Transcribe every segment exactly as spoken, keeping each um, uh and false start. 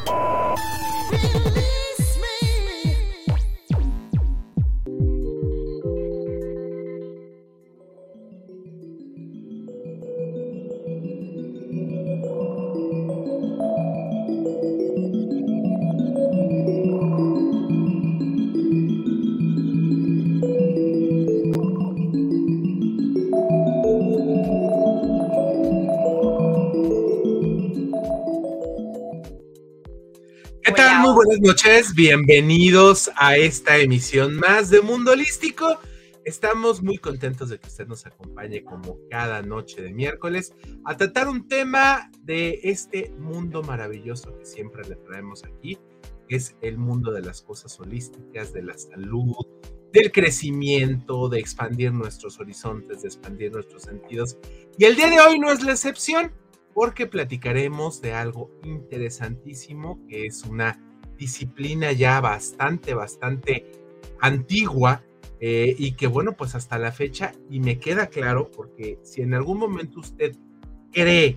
Muy buenas noches, bienvenidos a esta emisión más de Mundo Holístico. Estamos muy contentos de que usted nos acompañe como cada noche de miércoles a tratar un tema de este mundo maravilloso que siempre le traemos aquí, que es el mundo de las cosas holísticas, de la salud, del crecimiento, de expandir nuestros horizontes, de expandir nuestros sentidos. Y el día de hoy no es la excepción, porque platicaremos de algo interesantísimo, que es una disciplina ya bastante, bastante antigua eh, y que bueno, pues hasta la fecha, y me queda claro, porque si en algún momento usted cree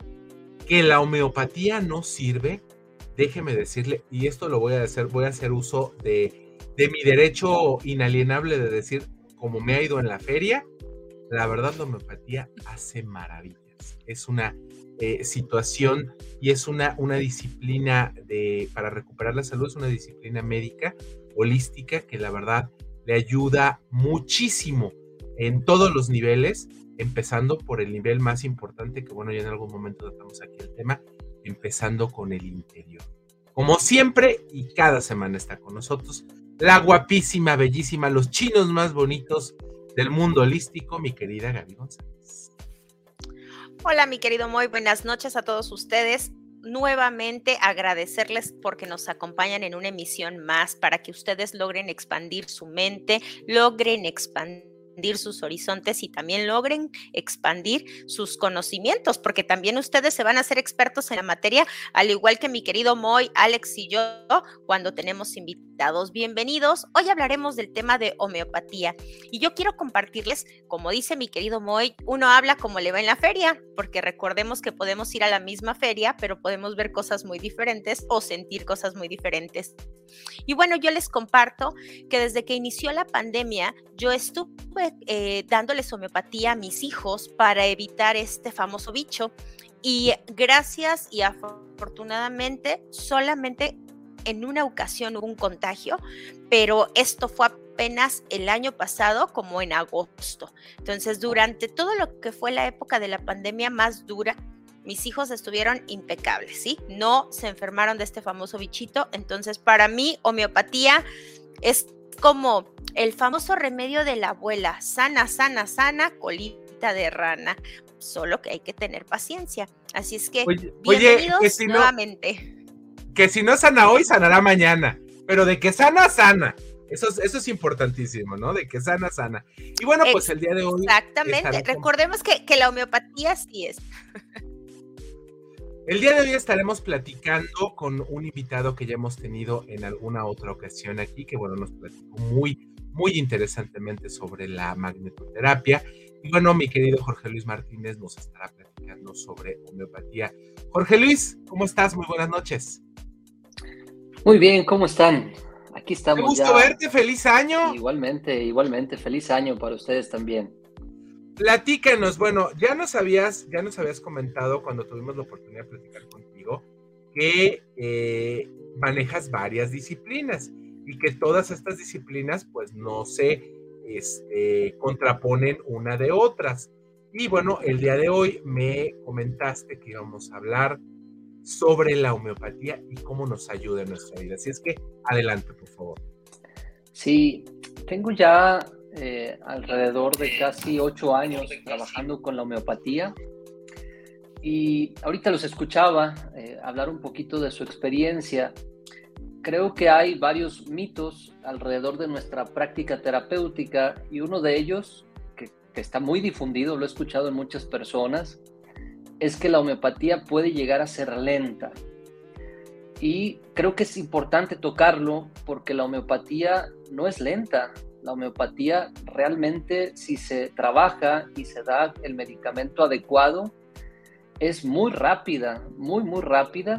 que la homeopatía no sirve, déjeme decirle, y esto lo voy a hacer, voy a hacer uso de, de mi derecho inalienable de decir, como me ha ido en la feria, la verdad la homeopatía hace maravillas. Es una eh, situación y es una, una disciplina de, para recuperar la salud, es una disciplina médica, holística, que la verdad le ayuda muchísimo en todos los niveles, empezando por el nivel más importante, que bueno, ya en algún momento tratamos aquí el tema, empezando con el interior. Como siempre, y cada semana está con nosotros, la guapísima, bellísima, los chinos más bonitos del mundo holístico, mi querida Gaby González. Hola, mi querido Moy, buenas noches a todos ustedes. Nuevamente agradecerles porque nos acompañan en una emisión más para que ustedes logren expandir su mente, logren expandir sus horizontes y también logren expandir sus conocimientos, porque también ustedes se van a hacer expertos en la materia, al igual que mi querido Moy, Alex y yo, cuando tenemos invitados. Bienvenidos. Hoy hablaremos del tema de homeopatía y yo quiero compartirles, como dice mi querido Moy, uno habla como le va en la feria, porque recordemos que podemos ir a la misma feria, pero podemos ver cosas muy diferentes o sentir cosas muy diferentes. Y bueno, yo les comparto que desde que inició la pandemia, yo estuve eh, dándoles homeopatía a mis hijos para evitar este famoso bicho y gracias y afortunadamente solamente en una ocasión hubo un contagio, pero esto fue apenas el año pasado, como en agosto. Entonces, durante todo lo que fue la época de la pandemia más dura, mis hijos estuvieron impecables, ¿sí? No se enfermaron de este famoso bichito. Entonces, para mí, homeopatía es como el famoso remedio de la abuela. Sana, sana, sana, colita de rana. Solo que hay que tener paciencia. Así es que, oye, bienvenidos oye, que si nuevamente. No, que si no sana hoy, sanará mañana. Pero de que sana, sana. Eso es, eso es importantísimo, ¿no? De que sana, sana. Y bueno, pues Ex- el día de hoy... Exactamente. Recordemos que, que la homeopatía sí es... El día de hoy estaremos platicando con un invitado que ya hemos tenido en alguna otra ocasión aquí, que bueno, nos platicó muy, muy interesantemente sobre la magnetoterapia. Y bueno, mi querido Jorge Luis Martínez nos estará platicando sobre homeopatía. Jorge Luis, ¿cómo estás? Muy buenas noches. Muy bien, ¿cómo están? Aquí estamos. Qué gusto ya. verte, feliz año. Igualmente, igualmente, feliz año para ustedes también. Platícanos, bueno, ya nos habías, ya nos habías comentado cuando tuvimos la oportunidad de platicar contigo que eh, manejas varias disciplinas y que todas estas disciplinas pues no se este, contraponen una de otras. Y bueno, el día de hoy me comentaste que íbamos a hablar sobre la homeopatía y cómo nos ayuda en nuestra vida. Así es que adelante, por favor. Sí, tengo ya... Eh, alrededor de casi ocho años trabajando con la homeopatía y ahorita los escuchaba eh, hablar un poquito de su experiencia. Creo que hay varios mitos alrededor de nuestra práctica terapéutica y uno de ellos, que, que está muy difundido, lo he escuchado en muchas personas, es que la homeopatía puede llegar a ser lenta. Y creo que es importante tocarlo porque la homeopatía no es lenta. La homeopatía realmente, si se trabaja y se da el medicamento adecuado, es muy rápida, muy, muy rápida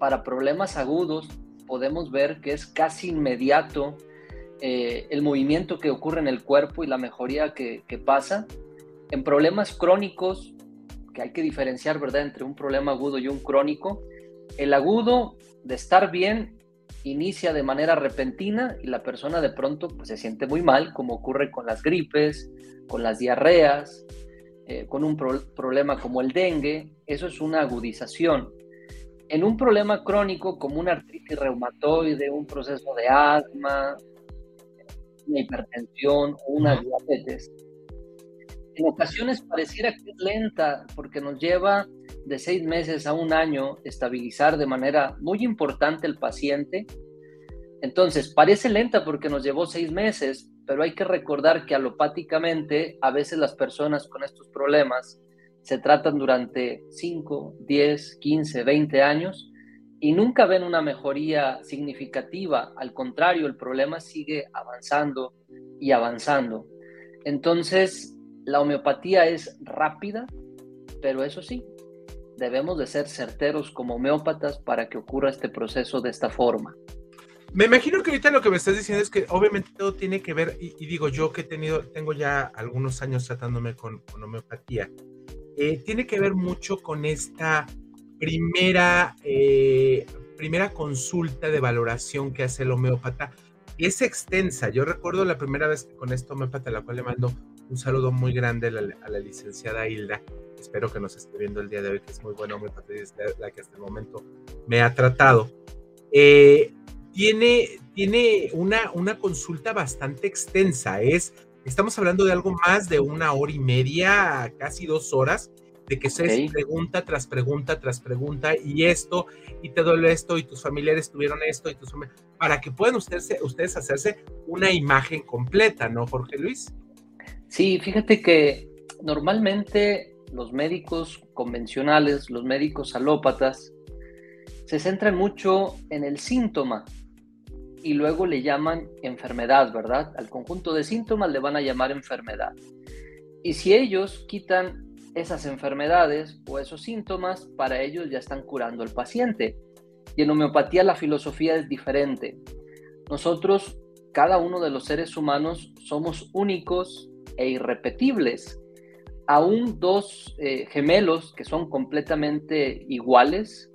para problemas agudos podemos ver que es casi inmediato eh, el movimiento que ocurre en el cuerpo y la mejoría que, que pasa. En problemas crónicos, que hay que diferenciar, ¿verdad?, entre un problema agudo y un crónico, el agudo, de estar bien, inicia de manera repentina y la persona de pronto pues, se siente muy mal, como ocurre con las gripes, con las diarreas, eh, con un pro- problema como el dengue. Eso es una agudización. En un problema crónico como una artritis reumatoide, un proceso de asma, una hipertensión o una diabetes, en ocasiones pareciera que es lenta porque nos lleva de seis meses a un año estabilizar de manera muy importante el paciente. Entonces, parece lenta porque nos llevó seis meses, pero hay que recordar que alopáticamente a veces las personas con estos problemas se tratan durante cinco, diez, quince, veinte años y nunca ven una mejoría significativa. Al contrario, el problema sigue avanzando y avanzando. Entonces, la homeopatía es rápida, pero eso sí, debemos de ser certeros como homeópatas para que ocurra este proceso de esta forma. Me imagino que ahorita lo que me estás diciendo es que obviamente todo tiene que ver, y, y digo yo que he tenido, tengo ya algunos años tratándome con, con homeopatía, eh, tiene que ver mucho con esta primera, eh, primera consulta de valoración que hace el homeópata. Y es extensa. Yo recuerdo la primera vez que con esta homeópata, a la cual le mando un saludo muy grande a la, a la licenciada Hilda, espero que nos esté viendo el día de hoy, que es muy buena homeopatía y es la que hasta el momento me ha tratado. Eh, tiene, tiene una, una consulta bastante extensa. Es, estamos hablando de algo más de una hora y media, casi dos horas, de que se okay. es pregunta tras pregunta tras pregunta, y esto, y te duele esto, y tus familiares tuvieron esto, y tus familiares, para que puedan ustedes, ustedes hacerse una imagen completa, ¿no, Jorge Luis? Sí, fíjate que normalmente los médicos convencionales, los médicos alópatas, se centran mucho en el síntoma y luego le llaman enfermedad, ¿verdad? Al conjunto de síntomas le van a llamar enfermedad. Y si ellos quitan esas enfermedades o esos síntomas, para ellos ya están curando al paciente. Y en homeopatía la filosofía es diferente. Nosotros, cada uno de los seres humanos, somos únicos e irrepetibles. Aún dos eh, gemelos que son completamente iguales,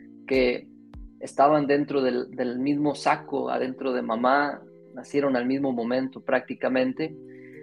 que estaban dentro del, del mismo saco, adentro de mamá, nacieron al mismo momento prácticamente,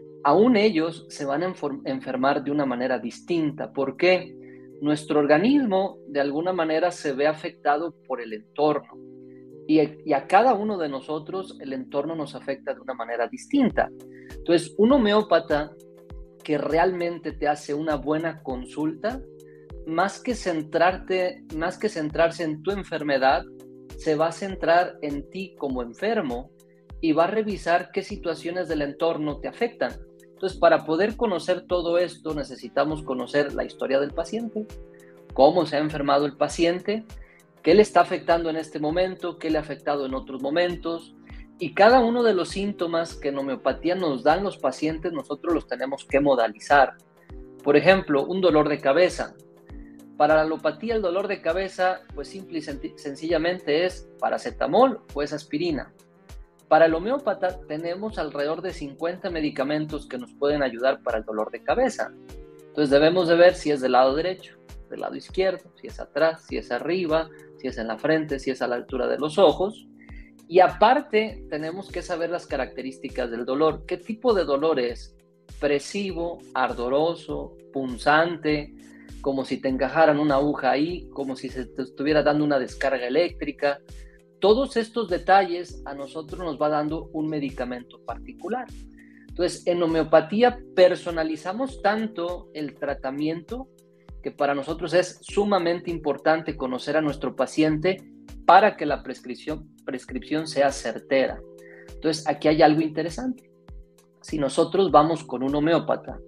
aún ellos se van a enfermar de una manera distinta. ¿Por qué? Nuestro organismo de alguna manera se ve afectado por el entorno y, y a cada uno de nosotros el entorno nos afecta de una manera distinta. Entonces, un homeópata que realmente te hace una buena consulta, más que centrarte, más que centrarse en tu enfermedad, se va a centrar en ti como enfermo y va a revisar qué situaciones del entorno te afectan. Entonces, para poder conocer todo esto, necesitamos conocer la historia del paciente, cómo se ha enfermado el paciente, qué le está afectando en este momento, qué le ha afectado en otros momentos, y cada uno de los síntomas que en homeopatía nos dan los pacientes, nosotros los tenemos que modalizar. Por ejemplo, un dolor de cabeza. Para la alopatía, el dolor de cabeza, pues simple y sencillamente es paracetamol o es aspirina. Para el homeópata tenemos alrededor de cincuenta medicamentos que nos pueden ayudar para el dolor de cabeza. Entonces debemos de ver si es del lado derecho, del lado izquierdo, si es atrás, si es arriba, si es en la frente, si es a la altura de los ojos. Y aparte tenemos que saber las características del dolor. ¿Qué tipo de dolor es? Presivo, ardoroso, punzante, como si te encajaran una aguja ahí, como si se te estuviera dando una descarga eléctrica. Todos estos detalles a nosotros nos va dando un medicamento particular. Entonces, en homeopatía personalizamos tanto el tratamiento que para nosotros es sumamente importante conocer a nuestro paciente para que la prescripción, prescripción sea certera. Entonces, aquí hay algo interesante. Si nosotros vamos con un homeópata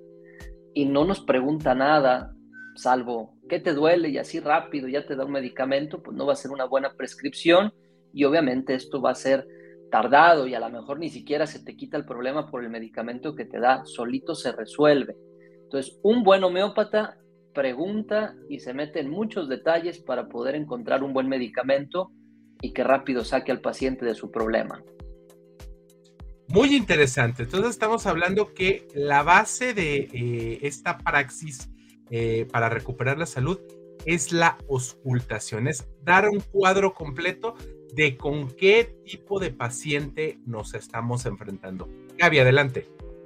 y no nos pregunta nada, salvo qué te duele y así rápido ya te da un medicamento, pues no va a ser una buena prescripción y obviamente esto va a ser tardado y a lo mejor ni siquiera se te quita el problema por el medicamento que te da, solito se resuelve. Entonces, un buen homeópata pregunta y se mete en muchos detalles para poder encontrar un buen medicamento y que rápido saque al paciente de su problema. Muy interesante. Entonces estamos hablando que la base de eh, esta praxis eh, para recuperar la salud es la auscultación, es dar un cuadro completo de con qué tipo de paciente nos estamos enfrentando. Gaby, adelante.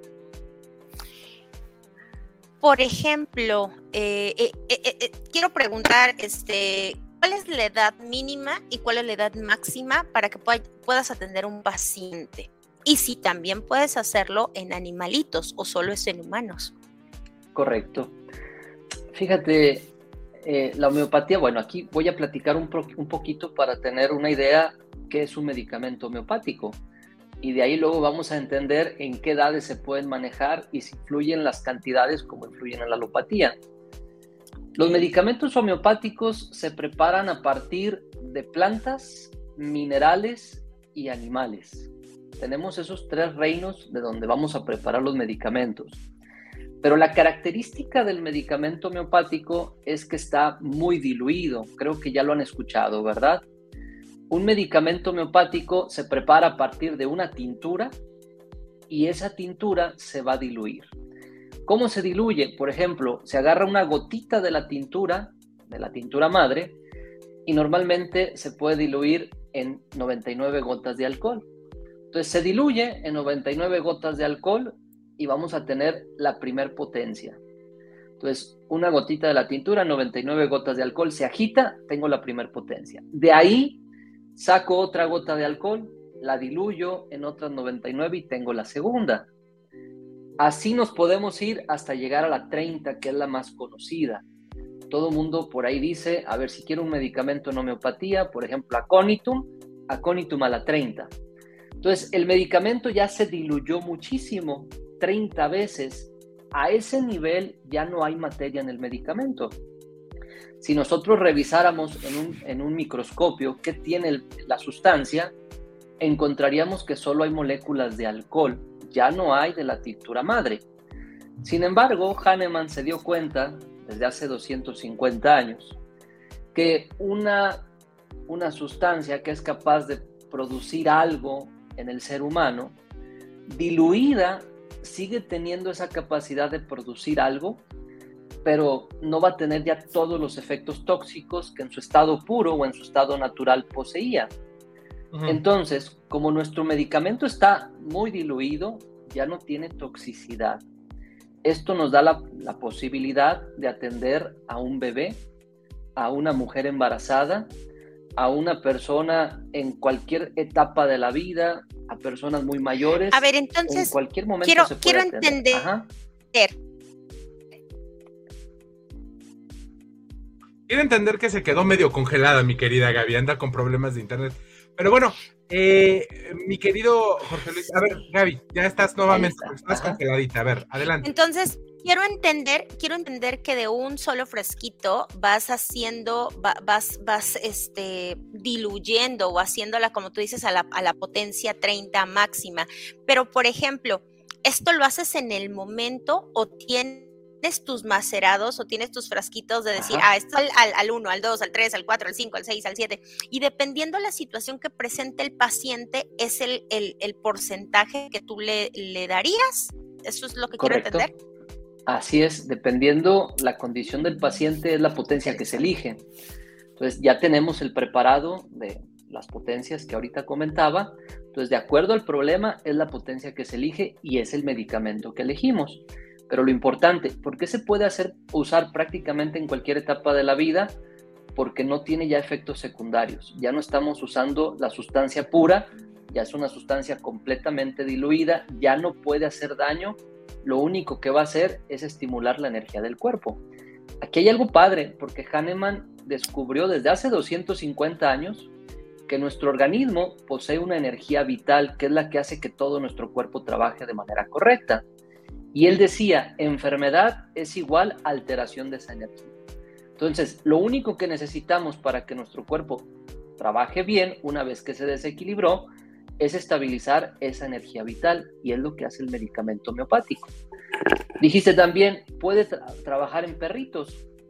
Por ejemplo, eh, eh, eh, eh, quiero preguntar, este, ¿cuál es la edad mínima y cuál es la edad máxima para que pueda, puedas atender a un paciente? Y si también puedes hacerlo en animalitos o solo es en humanos. Correcto. Fíjate, eh, la homeopatía, bueno, aquí voy a platicar un, pro, un poquito para tener una idea qué es un medicamento homeopático. Y de ahí luego vamos a entender en qué edades se pueden manejar y si influyen las cantidades como influyen en la alopatía. Los medicamentos homeopáticos se preparan a partir de plantas, minerales y animales. Tenemos esos tres reinos de donde vamos a preparar los medicamentos. Pero la característica del medicamento homeopático es que está muy diluido. Creo que ya lo han escuchado, ¿verdad? Un medicamento homeopático se prepara a partir de una tintura y esa tintura se va a diluir. ¿Cómo se diluye? Por ejemplo, se agarra una gotita de la tintura, de la tintura madre, y normalmente se puede diluir en noventa y nueve gotas de alcohol. Entonces se diluye en noventa y nueve gotas de alcohol y vamos a tener la primer potencia. Entonces, una gotita de la tintura, noventa y nueve gotas de alcohol, se agita, tengo la primer potencia. De ahí saco otra gota de alcohol, la diluyo en otras noventa y nueve y tengo la segunda. Así nos podemos ir hasta llegar a la treinta, que es la más conocida. Todo el mundo por ahí dice, a ver, si quiero un medicamento en homeopatía, por ejemplo, aconitum, aconitum a la treinta. Entonces, el medicamento ya se diluyó muchísimo, treinta veces. A ese nivel ya no hay materia en el medicamento. Si nosotros revisáramos en un, en un microscopio qué tiene el, la sustancia, encontraríamos que solo hay moléculas de alcohol, ya no hay de la tintura madre. Sin embargo, Hahnemann se dio cuenta, desde hace doscientos cincuenta años, que una, una sustancia que es capaz de producir algo en el ser humano, diluida, sigue teniendo esa capacidad de producir algo, pero no va a tener ya todos los efectos tóxicos que en su estado puro o en su estado natural poseía. Uh-huh. Entonces, como nuestro medicamento está muy diluido, ya no tiene toxicidad. Esto nos da la, la posibilidad de atender a un bebé, a una mujer embarazada, a una persona en cualquier etapa de la vida, a personas muy mayores. A ver, entonces, en cualquier momento quiero, se puede quiero atender. entender. Ajá. Quiero entender que se quedó medio congelada, mi querida Gaby, anda con problemas de internet. Pero bueno, eh, mi querido Jorge Luis, a ver, Gaby, ya estás nuevamente, está. estás Ajá. congeladita, a ver, adelante. Entonces, quiero entender, quiero entender que de un solo fresquito vas haciendo, va, vas, vas este, diluyendo o haciéndola, como tú dices, a la, a la potencia treinta máxima. Pero, por ejemplo, ¿esto lo haces en el momento o tienes tus macerados o tienes tus frasquitos de decir, Ajá. ah, esto al, al uno, al dos, al tres, al cuatro, al cinco, al seis, al siete, y dependiendo de la situación que presente el paciente, es el, el, el porcentaje que tú le, le darías? ¿Eso es lo que Correcto. quiero entender? Así es, dependiendo la condición del paciente es la potencia que se elige. Entonces ya tenemos el preparado de las potencias que ahorita comentaba. Entonces, de acuerdo al problema es la potencia que se elige y es el medicamento que elegimos. Pero lo importante, ¿por qué se puede hacer usar prácticamente en cualquier etapa de la vida? Porque no tiene ya efectos secundarios. Ya no estamos usando la sustancia pura, ya es una sustancia completamente diluida, ya no puede hacer daño. Lo único que va a hacer es estimular la energía del cuerpo. Aquí hay algo padre, porque Hahnemann descubrió desde hace doscientos cincuenta años que nuestro organismo posee una energía vital, que es la que hace que todo nuestro cuerpo trabaje de manera correcta. Y él decía, enfermedad es igual a alteración de esa energía. Entonces, lo único que necesitamos para que nuestro cuerpo trabaje bien, una vez que se desequilibró, es estabilizar esa energía vital, y es lo que hace el medicamento homeopático. Dijiste también, puede tra- trabajar en perritos.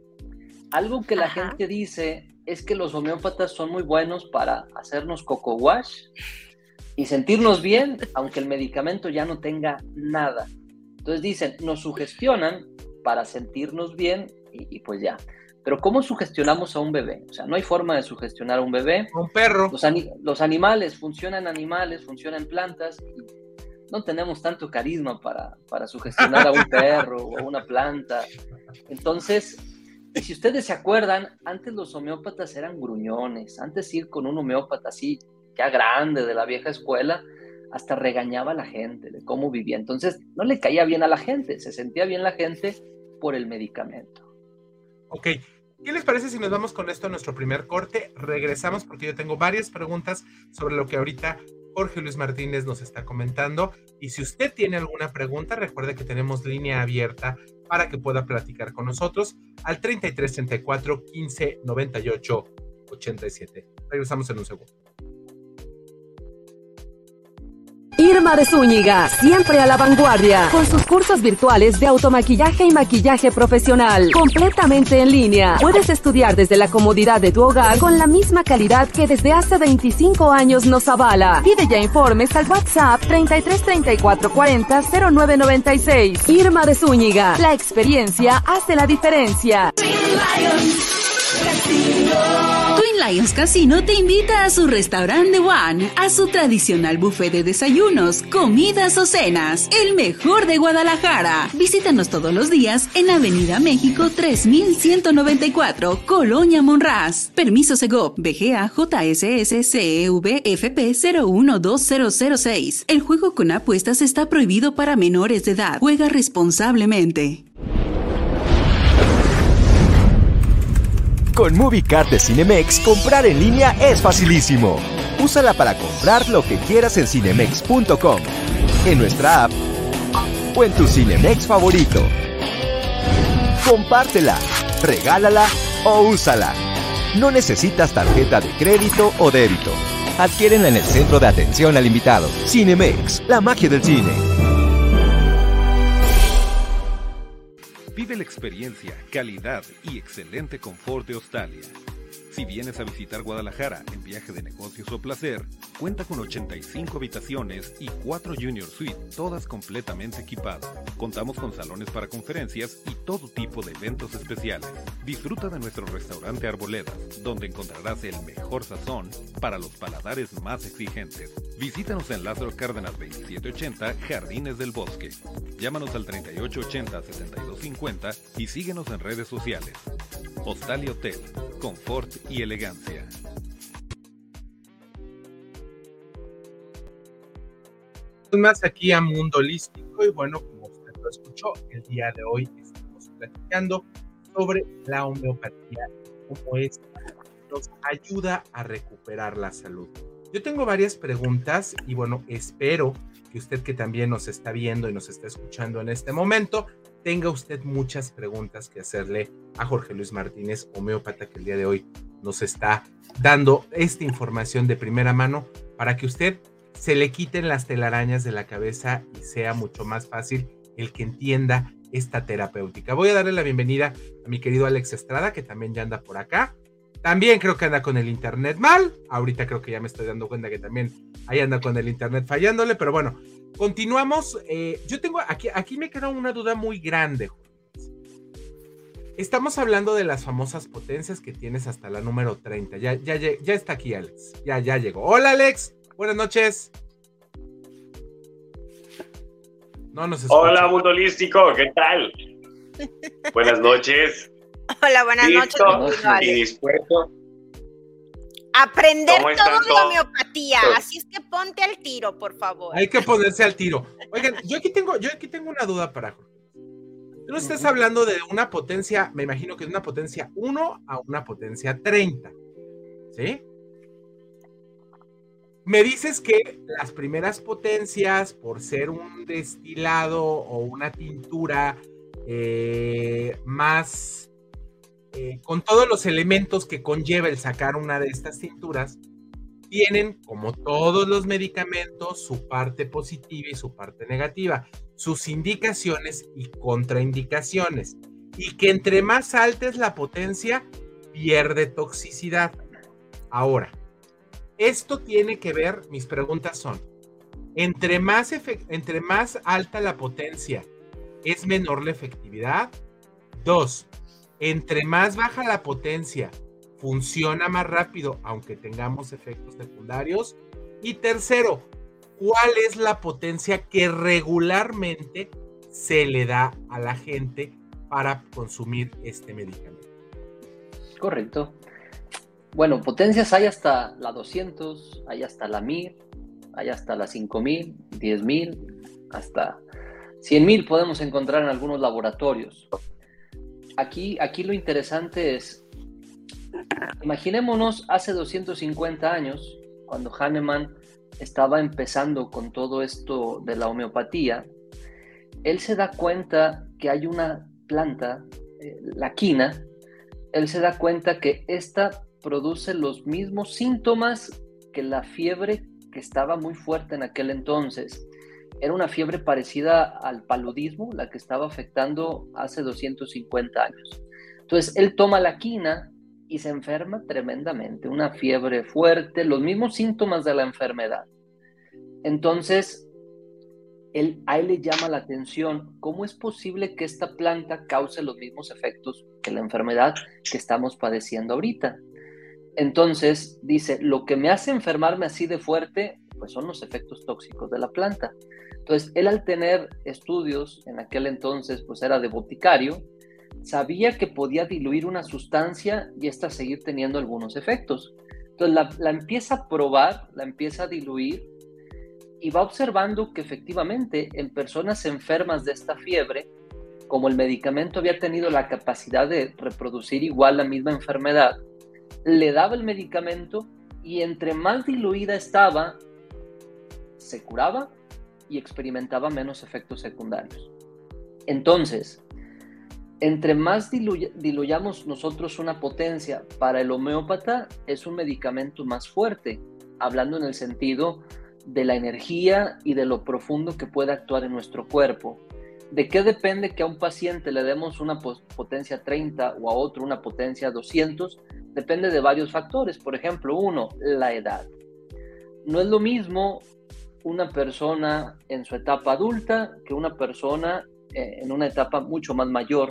algo que la Ajá. gente dice es que los homeópatas son muy buenos para hacernos coco wash y sentirnos bien, aunque el medicamento ya no tenga nada. Entonces dicen, nos sugestionan para sentirnos bien y, y pues ya. Pero ¿cómo sugestionamos a un bebé? O sea, no hay forma de sugestionar a un bebé. Un perro. Los, ani- los animales, funcionan animales, funcionan plantas. Y no tenemos tanto carisma para, para sugestionar a un perro o a una planta. Entonces, si ustedes se acuerdan, antes los homeópatas eran gruñones. Antes ir con un homeópata así, ya grande, de la vieja escuela, hasta regañaba a la gente de cómo vivía. Entonces, no le caía bien a la gente, se sentía bien la gente por el medicamento. Ok, ¿qué les parece si nos vamos con esto a nuestro primer corte? Regresamos porque yo tengo varias preguntas sobre lo que ahorita Jorge Luis Martínez nos está comentando. Y si usted tiene alguna pregunta, recuerde que tenemos línea abierta para que pueda platicar con nosotros al treinta y tres, treinta y cuatro, quince, noventa y ocho, ochenta y siete. Regresamos en un segundo. Irma de Zúñiga, siempre a la vanguardia, con sus cursos virtuales de automaquillaje y maquillaje profesional, completamente en línea. Puedes estudiar desde la comodidad de tu hogar con la misma calidad que desde hace veinticinco años nos avala. Pide ya informes al WhatsApp treinta y tres, treinta y cuatro, cuarenta, cero nueve noventa y seis. Irma de Zúñiga, la experiencia hace la diferencia. Twin Lions Casino te invita a su restaurante One, a su tradicional buffet de desayunos, comidas o cenas, el mejor de Guadalajara. Visítanos todos los días en Avenida México tres mil ciento noventa y cuatro, Colonia Monraz. Permiso Segov, B G A J S S C E V F P cero uno dos cero cero seis. El juego con apuestas está prohibido para menores de edad. Juega responsablemente. Con MovieCard de Cinemex, comprar en línea es facilísimo. Úsala para comprar lo que quieras en cinemex punto com, en nuestra app o en tu Cinemex favorito. Compártela, regálala o úsala. No necesitas tarjeta de crédito o débito. Adquiérenla en el centro de atención al invitado. Cinemex, la magia del cine. Vive la experiencia, calidad y excelente confort de Australia. Si vienes a visitar Guadalajara en viaje de negocios o placer, cuenta con ochenta y cinco habitaciones y cuatro Junior Suite, todas completamente equipadas. Contamos con salones para conferencias y todo tipo de eventos especiales. Disfruta de nuestro restaurante Arboledas, donde encontrarás el mejor sazón para los paladares más exigentes. Visítanos en Lázaro Cárdenas veintisiete ochenta, Jardines del Bosque. Llámanos al treinta y ocho ochenta, setenta y dos cincuenta y síguenos en redes sociales. Hostal y Hotel, confort y elegancia. Más aquí a Mundo Holístico y bueno, como usted lo escuchó, el día de hoy estamos platicando sobre la homeopatía, cómo es nos ayuda a recuperar la salud. Yo tengo varias preguntas y bueno, espero que usted que también nos está viendo y nos está escuchando en este momento, tenga usted muchas preguntas que hacerle a Jorge Luis Martínez, homeópata, que el día de hoy nos está dando esta información de primera mano para que usted se le quiten las telarañas de la cabeza y sea mucho más fácil el que entienda esta terapéutica. Voy a darle la bienvenida a mi querido Alex Estrada, que también ya anda por acá. También creo que anda con el internet mal. Ahorita creo que ya me estoy dando cuenta que también ahí anda con el internet fallándole, pero bueno, continuamos. Eh, yo tengo aquí, aquí me queda una duda muy grande. Estamos hablando de las famosas potencias que tienes hasta la número treinta. Ya, ya, ya está aquí Alex. Ya, ya llegó. Hola Alex. Buenas noches. No nos escucha. Hola, Mundo Holístico, ¿qué tal? Buenas noches. Hola, buenas Listo noches. y dispuesto. Aprender ¿Cómo todo están de todos? homeopatía, así es que ponte al tiro, por favor. Hay que ponerse al tiro. Oigan, yo aquí tengo, yo aquí tengo una duda para Jorge. Tú no estás hablando de una potencia, me imagino que de una potencia uno a una potencia treinta, ¿sí? Me dices que las primeras potencias, por ser un destilado o una tintura eh, más, eh, con todos los elementos que conlleva el sacar una de estas tinturas, tienen, como todos los medicamentos, su parte positiva y su parte negativa, sus indicaciones y contraindicaciones. y que entre más alta es la potencia, pierde toxicidad. Ahora, esto tiene que ver, mis preguntas son, entre más, efect- entre más alta la potencia, ¿es menor la efectividad? Dos, entre más baja la potencia, ¿funciona más rápido aunque tengamos efectos secundarios? Y tercero, ¿cuál es la potencia que regularmente se le da a la gente para consumir este medicamento? Correcto. Bueno, potencias hay hasta la doscientos, hay hasta la mil, hay hasta la cinco mil, diez mil, hasta cien mil podemos encontrar en algunos laboratorios. Aquí, aquí lo interesante es, imaginémonos hace doscientos cincuenta años, cuando Hahnemann estaba empezando con todo esto de la homeopatía, él se da cuenta que hay una planta, eh, la quina, él se da cuenta que esta produce los mismos síntomas que la fiebre que estaba muy fuerte en aquel entonces. Era una fiebre parecida al paludismo, la que estaba afectando hace doscientos cincuenta años. Entonces, él toma la quina y se enferma tremendamente, una fiebre fuerte, los mismos síntomas de la enfermedad. Entonces, él, a él le llama la atención cómo es posible que esta planta cause los mismos efectos que la enfermedad que estamos padeciendo ahorita. Entonces, dice, lo que me hace enfermarme así de fuerte, pues son los efectos tóxicos de la planta. Entonces, él al tener estudios, en aquel entonces, pues era de boticario, sabía que podía diluir una sustancia y esta seguir teniendo algunos efectos. Entonces, la, la empieza a probar, la empieza a diluir y va observando que efectivamente en personas enfermas de esta fiebre, como el medicamento había tenido la capacidad de reproducir igual la misma enfermedad, le daba el medicamento y entre más diluida estaba, se curaba y experimentaba menos efectos secundarios. Entonces, entre más diluy- diluyamos nosotros una potencia, para el homeópata es un medicamento más fuerte, hablando en el sentido de la energía y de lo profundo que puede actuar en nuestro cuerpo. ¿De qué depende que a un paciente le demos una potencia treinta o a otro una potencia doscientos? Depende de varios factores. Por ejemplo, uno, la edad. No es lo mismo una persona en su etapa adulta que una persona eh, en una etapa mucho más mayor.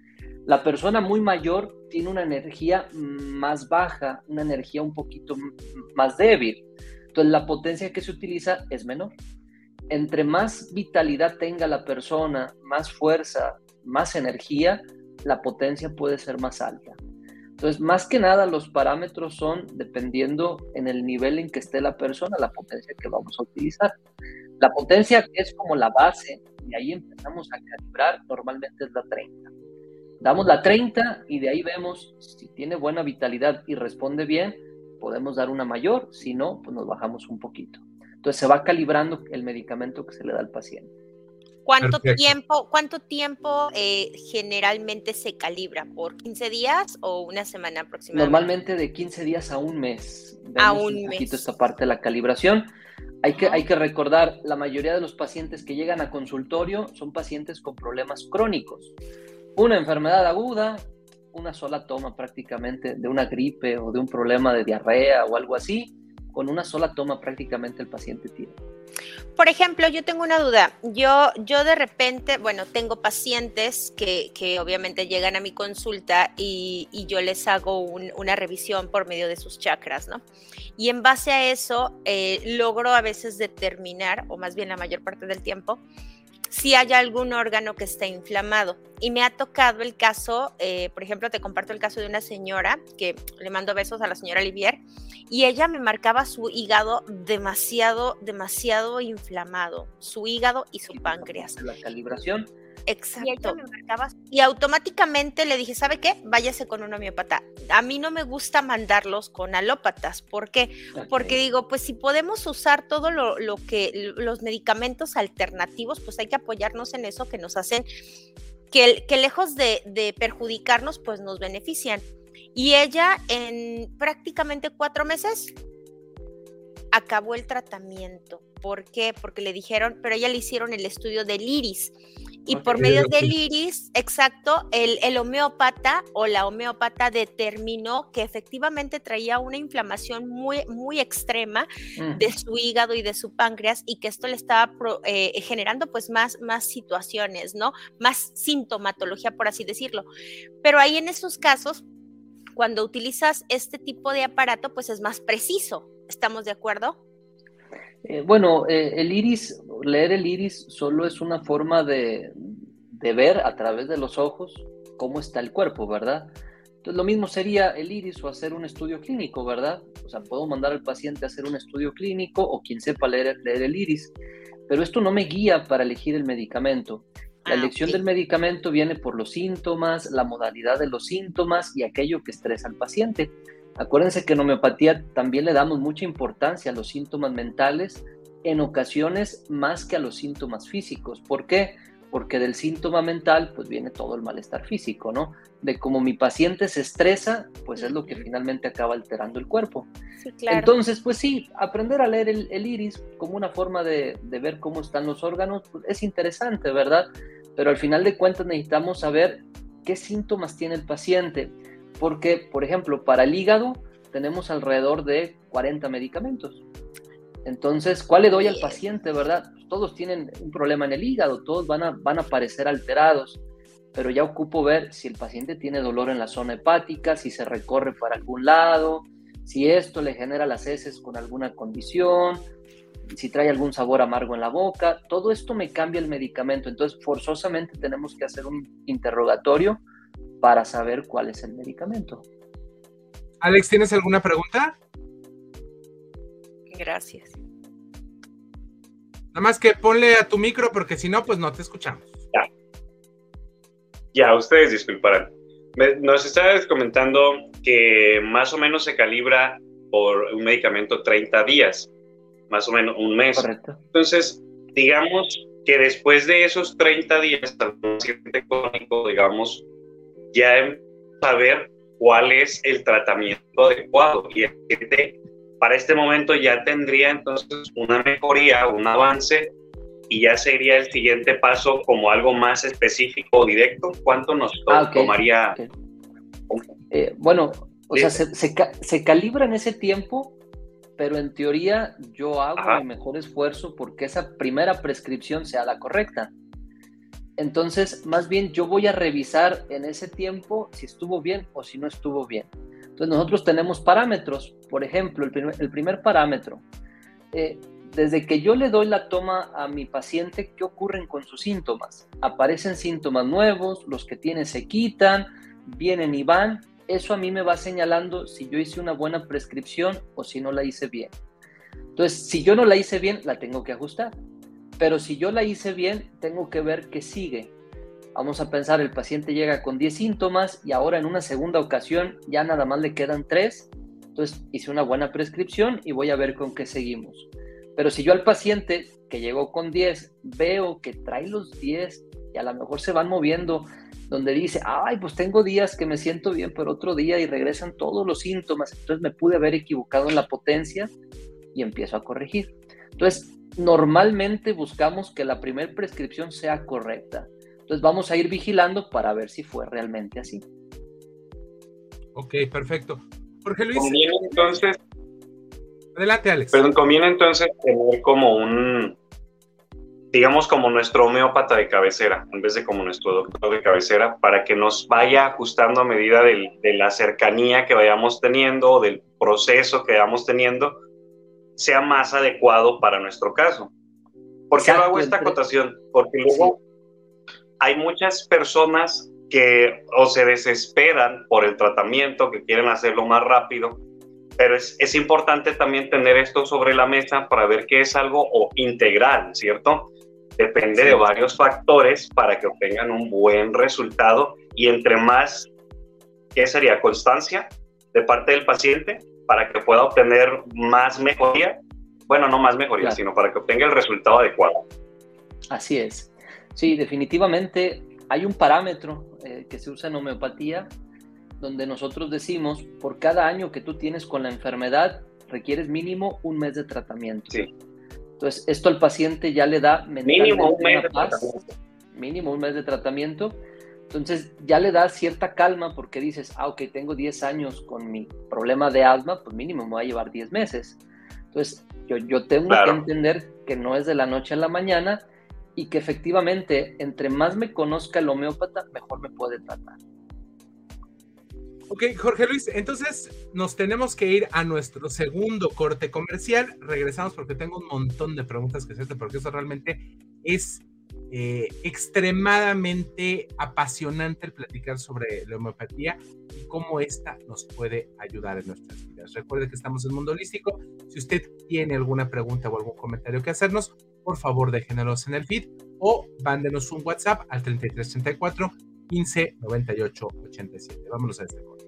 La persona muy mayor tiene una energía más baja, una energía un poquito más débil. Entonces, la potencia que se utiliza es menor. Entre más vitalidad tenga la persona, más fuerza, más energía, la potencia puede ser más alta. Entonces, más que nada, los parámetros son dependiendo en el nivel en que esté la persona, la potencia que vamos a utilizar. La potencia es como la base, y ahí empezamos a calibrar, normalmente es la treinta. Damos la treinta y de ahí vemos si tiene buena vitalidad y responde bien, podemos dar una mayor, si no, pues nos bajamos un poquito. Entonces se va calibrando el medicamento que se le da al paciente. ¿Cuánto Perfecto. tiempo, cuánto tiempo eh, generalmente se calibra? ¿Por quince días o una semana aproximadamente? Normalmente de quince días a un mes. Vemos a un, un poquito mes. esta parte de la calibración. Hay que, hay que recordar, la mayoría de los pacientes que llegan a consultorio son pacientes con problemas crónicos. Una enfermedad aguda, una sola toma prácticamente de una gripe o de un problema de diarrea o algo así, con una sola toma prácticamente el paciente tiene. Por ejemplo, yo tengo una duda. Yo, yo de repente, bueno, tengo pacientes que, que obviamente llegan a mi consulta y, y yo les hago un, una revisión por medio de sus chakras, ¿no? Y en base a eso eh, logro a veces determinar, o más bien la mayor parte del tiempo, si hay algún órgano que está inflamado. Y me ha tocado el caso, eh, por ejemplo, te comparto el caso de una señora, que le mando besos a la señora Olivier, y ella me marcaba su hígado demasiado, demasiado inflamado, su hígado y su páncreas. La calibración. Exacto. Y ella me marcaba y automáticamente le dije, ¿sabe qué? Váyase con un homeópata. A mí no me gusta mandarlos con alópatas. ¿Por qué? Okay. Porque digo, pues si podemos usar todo lo, lo que, los medicamentos alternativos, pues hay que apoyarnos en eso que nos hacen, que, que lejos de, de perjudicarnos, pues nos benefician. Y ella en prácticamente cuatro meses acabó el tratamiento. ¿Por qué? Porque le dijeron, pero a ella le hicieron el estudio del iris. Y Ok, por medio ok. del iris, exacto, el, el homeópata o la homeópata determinó que efectivamente traía una inflamación muy, muy extrema Mm. de su hígado y de su páncreas y que esto le estaba pro- eh, generando pues más, más situaciones, ¿no? Más sintomatología, por así decirlo. Pero ahí en esos casos, cuando utilizas este tipo de aparato, pues es más preciso. ¿Estamos de acuerdo? Eh, bueno, eh, el iris, leer el iris solo es una forma de, de ver a través de los ojos cómo está el cuerpo, ¿verdad? Entonces lo mismo sería el iris o hacer un estudio clínico, ¿verdad? O sea, puedo mandar al paciente a hacer un estudio clínico o quien sepa leer, leer el iris, pero esto no me guía para elegir el medicamento. La Ah, elección ok. del medicamento viene por los síntomas, la modalidad de los síntomas y aquello que estresa al paciente. Acuérdense que en homeopatía también le damos mucha importancia a los síntomas mentales, en ocasiones más que a los síntomas físicos. ¿Por qué? Porque del síntoma mental pues viene todo el malestar físico, ¿no? De cómo mi paciente se estresa, pues es lo que Ujú. finalmente acaba alterando el cuerpo. Sí, claro. Entonces, pues sí, aprender a leer el, el iris como una forma de, de ver cómo están los órganos pues es interesante, ¿verdad? Pero al final de cuentas necesitamos saber qué síntomas tiene el paciente. Porque, por ejemplo, para el hígado tenemos alrededor de cuarenta medicamentos. Entonces, ¿cuál le doy al Bien. paciente, verdad? Pues todos tienen un problema en el hígado, todos van a, van a parecer alterados, pero ya ocupo ver si el paciente tiene dolor en la zona hepática, si se recorre para algún lado, si esto le genera las heces con alguna condición, si trae algún sabor amargo en la boca. Todo esto me cambia el medicamento. Entonces, forzosamente tenemos que hacer un interrogatorio para saber cuál es el medicamento. Alex, ¿tienes alguna pregunta? Gracias. Nada más que ponle a tu micro porque si no, pues no te escuchamos. Ya, ya ustedes disculparán. Me- nos estabas comentando que más o menos se calibra por un medicamento treinta días, más o menos un mes. Correcto. Entonces, digamos que después de esos treinta días, al paciente crónico, digamos, ya em- saber cuál es el tratamiento adecuado. Y el paciente, para este momento ya tendría entonces una mejoría, un avance, y ya sería el siguiente paso como algo más específico o directo. ¿Cuánto nos to- Ah, ok. tomaría? Ok. Eh, bueno, o Sí. sea, se, se, ca- se calibra en ese tiempo, pero en teoría yo hago Ajá. mi mejor esfuerzo porque esa primera prescripción sea la correcta. Entonces, más bien yo voy a revisar en ese tiempo si estuvo bien o si no estuvo bien. Entonces, nosotros tenemos parámetros. Por ejemplo, el primer, el primer parámetro. Eh, desde que yo le doy la toma a mi paciente, ¿qué ocurren con sus síntomas? Aparecen síntomas nuevos, los que tiene se quitan, vienen y van. Eso a mí me va señalando si yo hice una buena prescripción o si no la hice bien. Entonces, si yo no la hice bien, la tengo que ajustar. Pero si yo la hice bien, tengo que ver qué sigue. Vamos a pensar, el paciente llega con diez síntomas y ahora en una segunda ocasión ya nada más le quedan tres. Entonces hice una buena prescripción y voy a ver con qué seguimos. Pero si yo al paciente que llegó con diez veo que trae los diez y a lo mejor se van moviendo, donde dice, ay, pues tengo días que me siento bien, pero otro día y regresan todos los síntomas, entonces me pude haber equivocado en la potencia y empiezo a corregir. Entonces, normalmente buscamos que la primera prescripción sea correcta. Entonces vamos a ir vigilando para ver si fue realmente así. Ok, perfecto. Jorge Luis, Conviene entonces, adelante, Alex. perdón, conviene entonces tener como un, digamos como nuestro homeópata de cabecera, en vez de como nuestro doctor de cabecera, para que nos vaya ajustando a medida del, de la cercanía que vayamos teniendo, del proceso que vayamos teniendo, sea más adecuado para nuestro caso. ¿Por qué Exacto, hago esta entre... acotación? Porque luego sí. Hay muchas personas que o se desesperan por el tratamiento, que quieren hacerlo más rápido, pero es, es importante también tener esto sobre la mesa para ver que es algo o integral, ¿cierto? Depende sí. de varios factores para que obtengan un buen resultado y entre más, ¿qué sería? Constancia de parte del paciente para que pueda obtener más mejoría, bueno, no más mejoría, claro. sino para que obtenga el resultado adecuado. Así es. Sí, definitivamente hay un parámetro eh, que se usa en homeopatía donde nosotros decimos, por cada año que tú tienes con la enfermedad, requieres mínimo un mes de tratamiento. Sí. Entonces, esto al paciente ya le da mínimo un mes una de paz. tratamiento. mínimo un mes de tratamiento. Entonces ya le da cierta calma porque dices, ah, ok, tengo diez años con mi problema de asma, pues mínimo me va a llevar diez meses. Entonces yo, yo tengo claro. que entender que no es de la noche a la mañana y que efectivamente entre más me conozca el homeópata, mejor me puede tratar. Ok, Jorge Luis, entonces nos tenemos que ir a nuestro segundo corte comercial. Regresamos porque tengo un montón de preguntas que hacerte, porque eso realmente es eh, extremadamente apasionante el platicar sobre la homeopatía y cómo esta nos puede ayudar en nuestras vidas. Recuerde que estamos en Mundo Holístico. Si usted tiene alguna pregunta o algún comentario que hacernos, por favor déjenos en el feed o mándenos un WhatsApp al treinta y tres treinta y cuatro quince noventa y ocho ochenta y siete. Vámonos a este corte.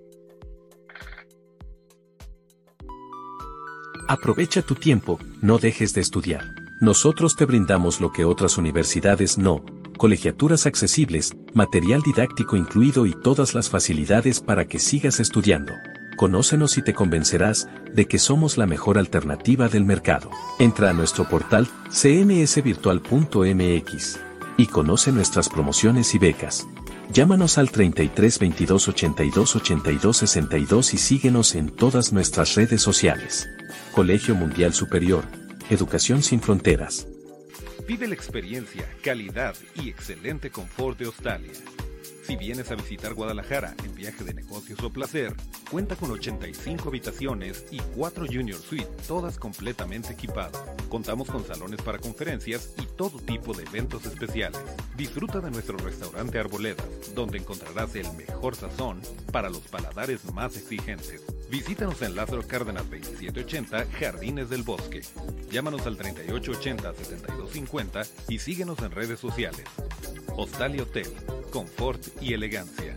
Aprovecha tu tiempo, no dejes de estudiar. Nosotros te brindamos lo que otras universidades no: colegiaturas accesibles, material didáctico incluido y todas las facilidades para que sigas estudiando. Conócenos y te convencerás de que somos la mejor alternativa del mercado. Entra a nuestro portal c m s virtual punto m x y conoce nuestras promociones y becas. Llámanos al treinta y tres veintidós ochenta y dos ochenta y dos sesenta y dos y síguenos en todas nuestras redes sociales. Colegio Mundial Superior, Educación sin Fronteras. Vive la experiencia, calidad y excelente confort de Australia. Si vienes a visitar Guadalajara en viaje de negocios o placer, cuenta con ochenta y cinco habitaciones y cuatro Junior Suite, todas completamente equipadas. Contamos con salones para conferencias y todo tipo de eventos especiales. Disfruta de nuestro restaurante Arboledas, donde encontrarás el mejor sazón para los paladares más exigentes. Visítanos en Lázaro Cárdenas veintisiete ochenta, Jardines del Bosque. Llámanos al treinta y ocho ochenta setenta y dos cincuenta y síguenos en redes sociales. Hostal y Hotel, confort y elegancia.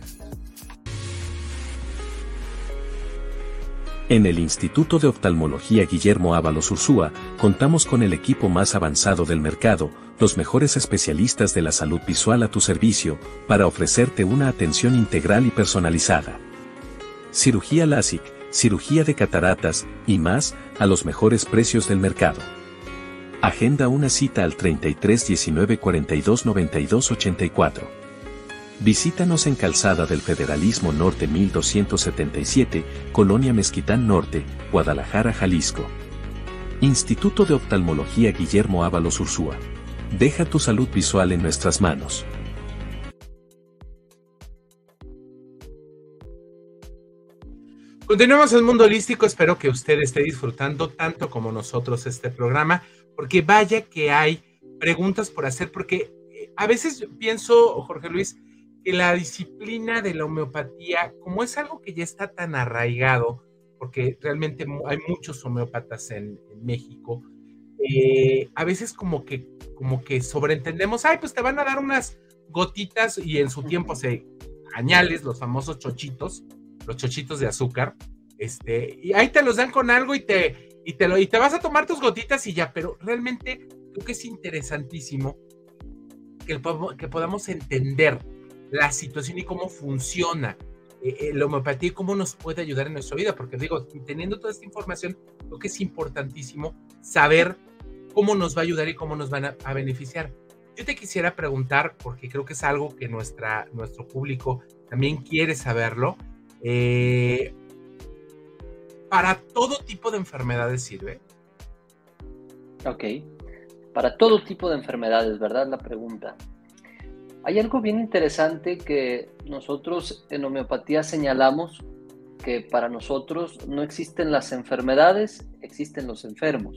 En el Instituto de Oftalmología Guillermo Ábalos Ursúa, contamos con el equipo más avanzado del mercado, los mejores especialistas de la salud visual a tu servicio, para ofrecerte una atención integral y personalizada. Cirugía LASIK, cirugía de cataratas y más, a los mejores precios del mercado. Agenda una cita al treinta y tres diecinueve cuarenta y dos noventa y dos ochenta y cuatro. Visítanos en Calzada del Federalismo Norte mil doscientos setenta y siete, Colonia Mezquitán Norte, Guadalajara, Jalisco. Instituto de Oftalmología Guillermo Ábalos Ursúa. Deja tu salud visual en nuestras manos. Continuamos en Mundo Holístico. Espero que usted esté disfrutando tanto como nosotros este programa, porque vaya que hay preguntas por hacer, porque a veces pienso, Jorge Luis, que la disciplina de la homeopatía, como es algo que ya está tan arraigado, porque realmente hay muchos homeópatas en, en México, eh, a veces como que, como que sobreentendemos, ay, pues te van a dar unas gotitas, y en su tiempo se añales, los famosos chochitos, los chochitos de azúcar, este, y ahí te los dan con algo y te, y te, lo, y te vas a tomar tus gotitas y ya, pero realmente creo que es interesantísimo que, el, que podamos entender la situación y cómo funciona eh, la homeopatía y cómo nos puede ayudar en nuestra vida, porque digo, teniendo toda esta información, creo que es importantísimo saber cómo nos va a ayudar y cómo nos van a, a beneficiar. Yo te quisiera preguntar, porque creo que es algo que nuestra, nuestro público también quiere saberlo, Eh, ¿para todo tipo de enfermedades sirve? Ok, para todo tipo de enfermedades, ¿verdad? La pregunta. Hay algo bien interesante que nosotros en homeopatía señalamos, que para nosotros no existen las enfermedades, existen los enfermos.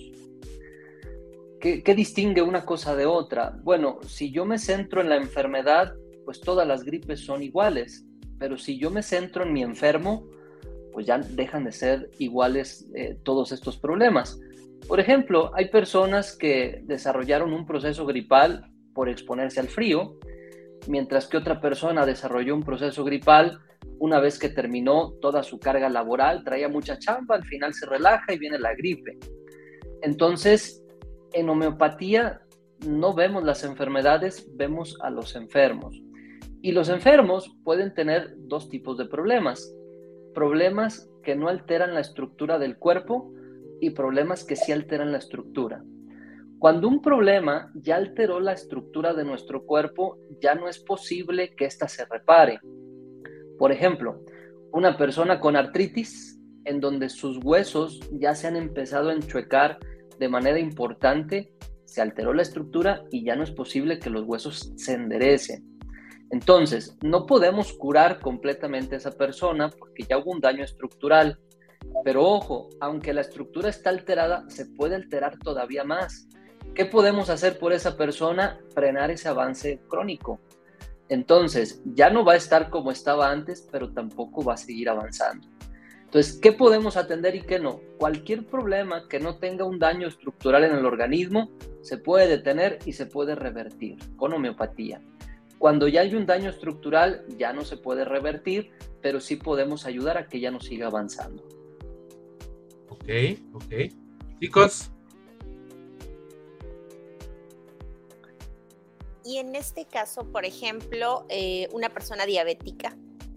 ¿Qué, qué distingue una cosa de otra? Bueno, si yo me centro en la enfermedad, pues todas las gripes son iguales. Pero si yo me centro en mi enfermo, pues ya dejan de ser iguales eh, todos estos problemas. Por ejemplo, hay personas que desarrollaron un proceso gripal por exponerse al frío, mientras que otra persona desarrolló un proceso gripal una vez que terminó toda su carga laboral, traía mucha chamba, al final se relaja y viene la gripe. Entonces, en homeopatía no vemos las enfermedades, vemos a los enfermos. Y los enfermos pueden tener dos tipos de problemas. Problemas que no alteran la estructura del cuerpo y problemas que sí alteran la estructura. Cuando un problema ya alteró la estructura de nuestro cuerpo, ya no es posible que ésta se repare. Por ejemplo, una persona con artritis, en donde sus huesos ya se han empezado a enchuecar de manera importante, se alteró la estructura y ya no es posible que los huesos se enderecen. Entonces, no podemos curar completamente a esa persona porque ya hubo un daño estructural. Pero ojo, aunque la estructura está alterada, se puede alterar todavía más. ¿Qué podemos hacer por esa persona? Frenar ese avance crónico. Entonces, ya no va a estar como estaba antes, pero tampoco va a seguir avanzando. Entonces, ¿qué podemos atender y qué no? Cualquier problema que no tenga un daño estructural en el organismo se puede detener y se puede revertir con homeopatía. Cuando ya hay un daño estructural, ya no se puede revertir, pero sí podemos ayudar a que ya no siga avanzando. Ok, ok. Chicos. Y en este caso, por ejemplo, eh, una persona diabética,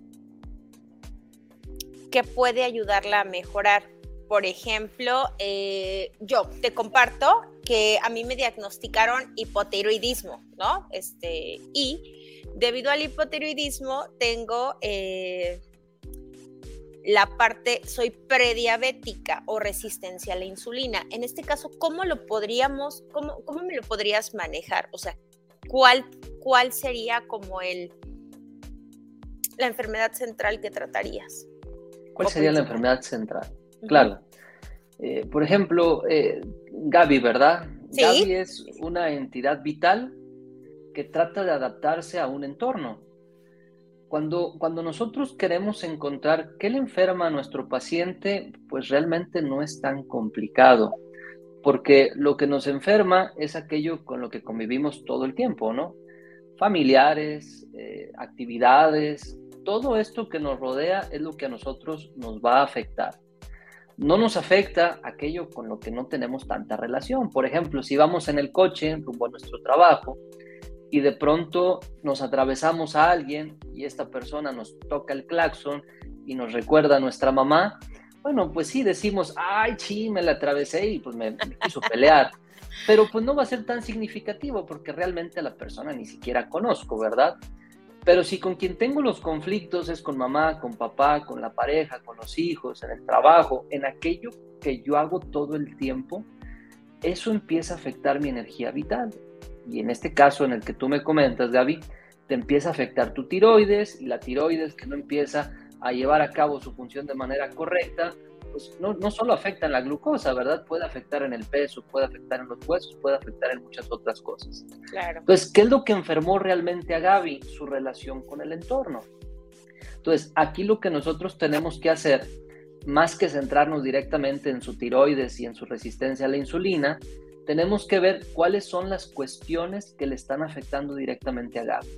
¿qué puede ayudarla a mejorar? Por ejemplo, eh, yo te comparto que a mí me diagnosticaron hipotiroidismo, ¿no? Este, y debido al hipotiroidismo tengo eh, la parte, soy prediabética o resistencia a la insulina. En este caso, ¿cómo lo podríamos, cómo, cómo me lo podrías manejar? O sea, ¿cuál, cuál sería como el, la enfermedad central que tratarías? ¿Cuál sería la enfermedad central? Claro. Eh, por ejemplo, eh, Gaby, ¿verdad? ¿Sí? Gaby es una entidad vital que trata de adaptarse a un entorno. Cuando, cuando nosotros queremos encontrar qué le enferma a nuestro paciente, pues realmente no es tan complicado, porque lo que nos enferma es aquello con lo que convivimos todo el tiempo, ¿no? Familiares, eh, actividades, todo esto que nos rodea es lo que a nosotros nos va a afectar. No nos afecta aquello con lo que no tenemos tanta relación. Por ejemplo, si vamos en el coche rumbo a nuestro trabajo y de pronto nos atravesamos a alguien y esta persona nos toca el claxon y nos recuerda a nuestra mamá, bueno, pues sí decimos, ay, sí, me la atravesé y pues me, me quiso pelear. Pero pues no va a ser tan significativo porque realmente a la persona ni siquiera conozco, ¿verdad? Pero si con quien tengo los conflictos es con mamá, con papá, con la pareja, con los hijos, en el trabajo, en aquello que yo hago todo el tiempo, eso empieza a afectar mi energía vital. Y en este caso en el que tú me comentas, Gaby, te empieza a afectar tu tiroides, y la tiroides que no empieza a llevar a cabo su función de manera correcta, pues no, no solo afecta en la glucosa, ¿verdad? Puede afectar en el peso, puede afectar en los huesos, puede afectar en muchas otras cosas. Claro. Entonces, ¿qué es lo que enfermó realmente a Gaby? Su relación con el entorno. Entonces, aquí lo que nosotros tenemos que hacer, más que centrarnos directamente en su tiroides y en su resistencia a la insulina, tenemos que ver cuáles son las cuestiones que le están afectando directamente a Gaby.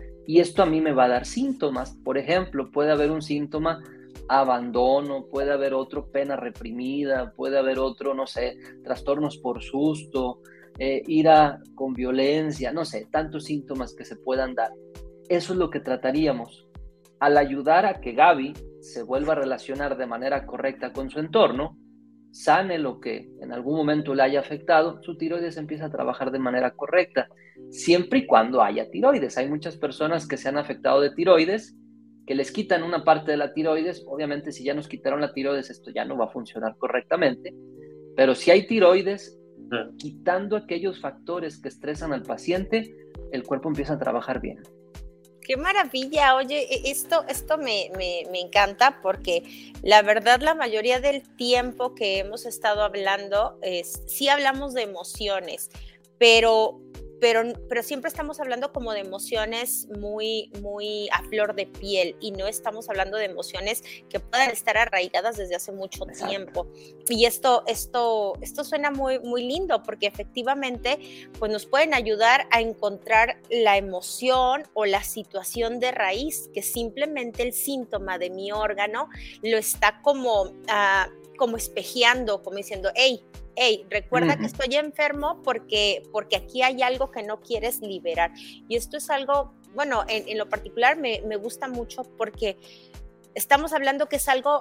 Y esto a mí me va a dar síntomas. Por ejemplo, puede haber un síntoma abandono, puede haber otro pena reprimida, puede haber otro, no sé, trastornos por susto, eh, ira con violencia, no sé, tantos síntomas que se puedan dar. Eso es lo que trataríamos. Al ayudar a que Gaby se vuelva a relacionar de manera correcta con su entorno, sane lo que en algún momento le haya afectado, su tiroides empieza a trabajar de manera correcta, siempre y cuando haya tiroides. Hay muchas personas que se han afectado de tiroides, que les quitan una parte de la tiroides. Obviamente, si ya nos quitaron la tiroides, esto ya no va a funcionar correctamente, pero si hay tiroides, quitando aquellos factores que estresan al paciente, el cuerpo empieza a trabajar bien. ¡Qué maravilla! Oye, esto, esto me, me, me encanta porque la verdad la mayoría del tiempo que hemos estado hablando, es, sí hablamos de emociones, pero, pero, pero siempre estamos hablando como de emociones muy, muy a flor de piel y no estamos hablando de emociones que puedan estar arraigadas desde hace mucho Exacto. tiempo. Y esto, esto, esto suena muy, muy lindo porque efectivamente pues nos pueden ayudar a encontrar la emoción o la situación de raíz, que simplemente el síntoma de mi órgano lo está como, uh, como espejeando, como diciendo, hey, hey, recuerda uh-huh. que estoy enfermo porque, porque aquí hay algo que no quieres liberar. Y esto es algo, bueno, en, en lo particular me, me gusta mucho porque estamos hablando que es algo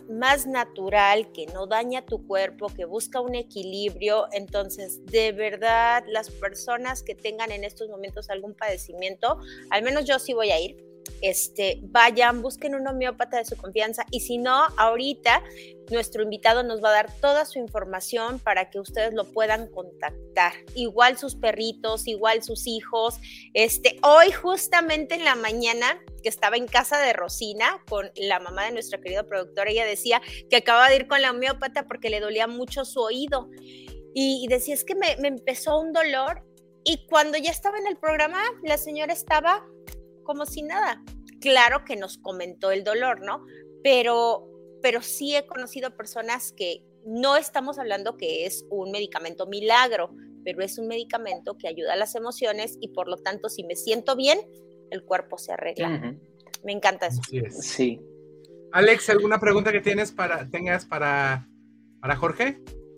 más natural, que no daña tu cuerpo, que busca un equilibrio. Entonces, de verdad, las personas que tengan en estos momentos algún padecimiento, al menos yo sí voy a ir, este, vayan, busquen un homeópata de su confianza, y si no, ahorita nuestro invitado nos va a dar toda su información para que ustedes lo puedan contactar. Igual sus perritos, igual sus hijos. Este, hoy justamente en la mañana, que estaba en casa de Rosina con la mamá de nuestra querida productora, ella decía que acaba de ir con la homeópata porque le dolía mucho su oído, y, y decía, es que me, me empezó un dolor, y cuando ya estaba en el programa, la señora estaba como si nada. Claro que nos comentó el dolor, ¿no? Pero, pero sí he conocido personas que no estamos hablando que es un medicamento milagro, pero es un medicamento que ayuda a las emociones, y por lo tanto, si me siento bien, el cuerpo se arregla. Uh-huh. Me encanta eso. Así es. Sí. Alex, ¿alguna pregunta que tienes para, tengas para, para Jorge?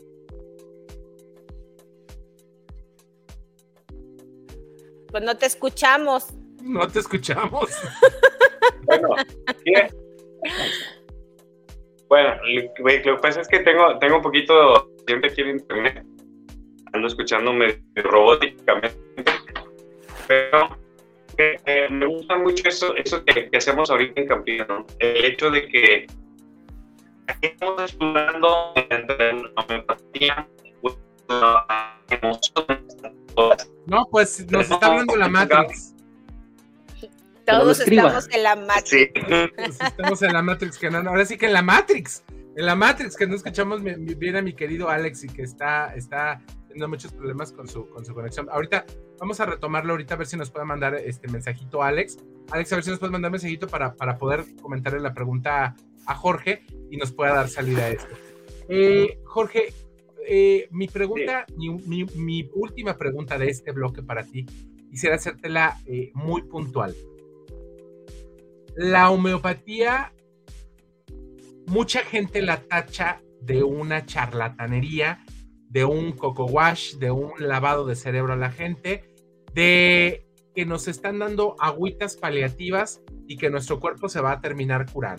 Pues no te escuchamos. No te escuchamos. Bueno, bien. Bueno, lo que pasa es que tengo, tengo un poquito de gente aquí en internet. Ando escuchándome robóticamente. Pero eh, eh, me gusta mucho eso, eso que, que hacemos ahorita en Campiña, ¿no? El hecho de que aquí estamos explorando entre la homeopatía, la emociones, todas. No, pues nos está hablando la Matrix. Todos estamos en la Matrix. Sí. Pues estamos en la Matrix, que no, ahora sí que en la Matrix. En la Matrix, que no escuchamos bien a mi querido Alex, y que está, está teniendo muchos problemas con su, con su conexión. Ahorita vamos a retomarlo, ahorita a ver si nos puede mandar este mensajito a Alex. Alex, a ver si nos puede mandar mensajito para, para poder comentarle la pregunta a Jorge y nos pueda dar salida a esto. Eh, Jorge, eh, mi pregunta, sí. mi, mi, mi última pregunta de este bloque para ti, quisiera hacértela eh, muy puntual. La homeopatía, mucha gente la tacha de una charlatanería, de un coco wash, de un lavado de cerebro a la gente, de que nos están dando agüitas paliativas y que nuestro cuerpo se va a terminar curando.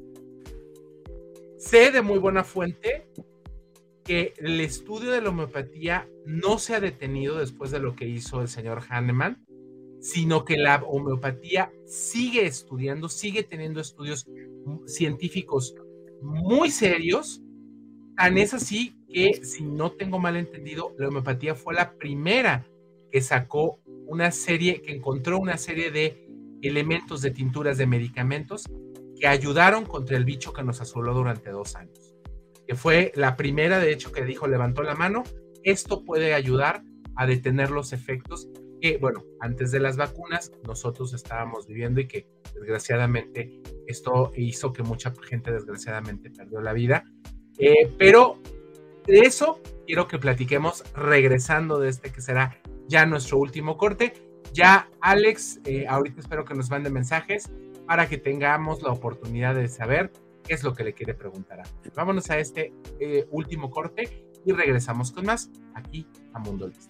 Sé de muy buena fuente que el estudio de la homeopatía no se ha detenido después de lo que hizo el señor Hahnemann, sino que la homeopatía sigue estudiando, sigue teniendo estudios científicos muy serios. Tan es así que, si no tengo mal entendido, la homeopatía fue la primera que sacó una serie, que encontró una serie de elementos de tinturas de medicamentos que ayudaron contra el bicho que nos asoló durante dos años. Que fue la primera, de hecho, que dijo, levantó la mano, esto puede ayudar a detener los efectos que, bueno, antes de las vacunas nosotros estábamos viviendo, y que desgraciadamente esto hizo que mucha gente desgraciadamente perdió la vida. Eh, pero de eso quiero que platiquemos regresando de este que será ya nuestro último corte. Ya Alex, eh, ahorita espero que nos mande mensajes para que tengamos la oportunidad de saber qué es lo que le quiere preguntar a Alex. Vámonos a este eh, último corte y regresamos con más aquí a Mundo Holístico.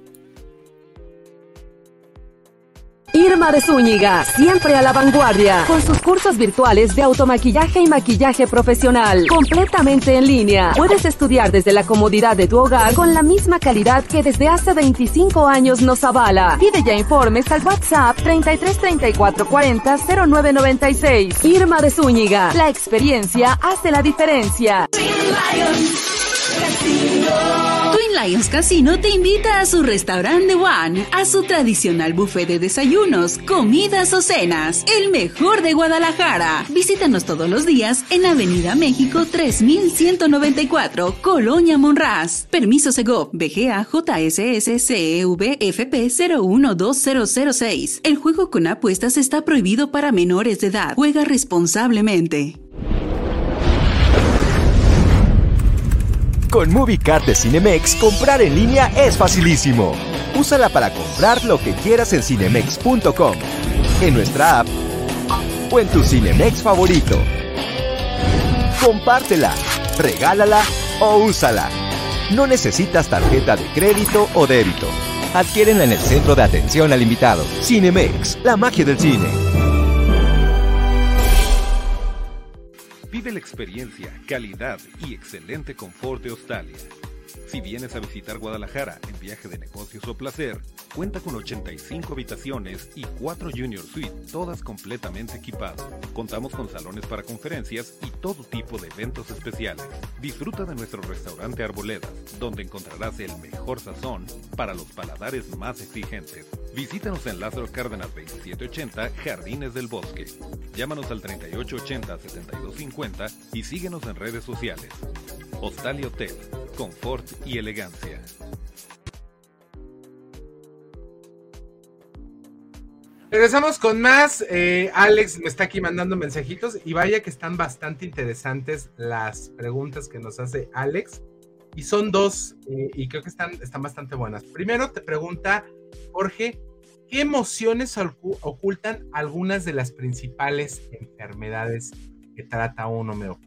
Irma de Zúñiga, siempre a la vanguardia, con sus cursos virtuales de automaquillaje y maquillaje profesional, completamente en línea. Puedes estudiar desde la comodidad de tu hogar con la misma calidad que desde hace veinticinco años nos avala. Pide ya informes al WhatsApp treinta y tres, treinta y cuatro, cuarenta, cero nueve noventa y seis. Irma de Zúñiga, la experiencia hace la diferencia. Twin Lions Casino te invita a su restaurante One, a su tradicional buffet de desayunos, comidas o cenas, el mejor de Guadalajara. Visítanos todos los días en Avenida México tres mil ciento noventa y cuatro, Colonia Monraz. Permiso Segov, B G A J S S C E V F P cero uno dos cero cero seis. El juego con apuestas está prohibido para menores de edad. Juega responsablemente. Con MovieCard de Cinemex, comprar en línea es facilísimo. Úsala para comprar lo que quieras en cinemex punto com, en nuestra app o en tu Cinemex favorito. Compártela, regálala o úsala. No necesitas tarjeta de crédito o débito. Adquiérenla en el centro de atención al invitado. Cinemex, la magia del cine. Vive la experiencia, calidad y excelente confort de Australia. Si vienes a visitar Guadalajara en viaje de negocios o placer, cuenta con ochenta y cinco habitaciones y cuatro Junior Suite, todas completamente equipadas. Contamos con salones para conferencias y todo tipo de eventos especiales. Disfruta de nuestro restaurante Arboledas, donde encontrarás el mejor sazón para los paladares más exigentes. Visítanos en Lázaro Cárdenas veintisiete ochenta, Jardines del Bosque. Llámanos al treinta y ocho ochenta, setenta y dos cincuenta y síguenos en redes sociales. Australia Hotel, confort y elegancia. Regresamos con más. eh, Alex me está aquí mandando mensajitos y vaya que están bastante interesantes las preguntas que nos hace Alex, y son dos eh, y creo que están, están bastante buenas. Primero te pregunta Jorge, ¿qué emociones ocu- ocultan algunas de las principales enfermedades que trata un homeópata?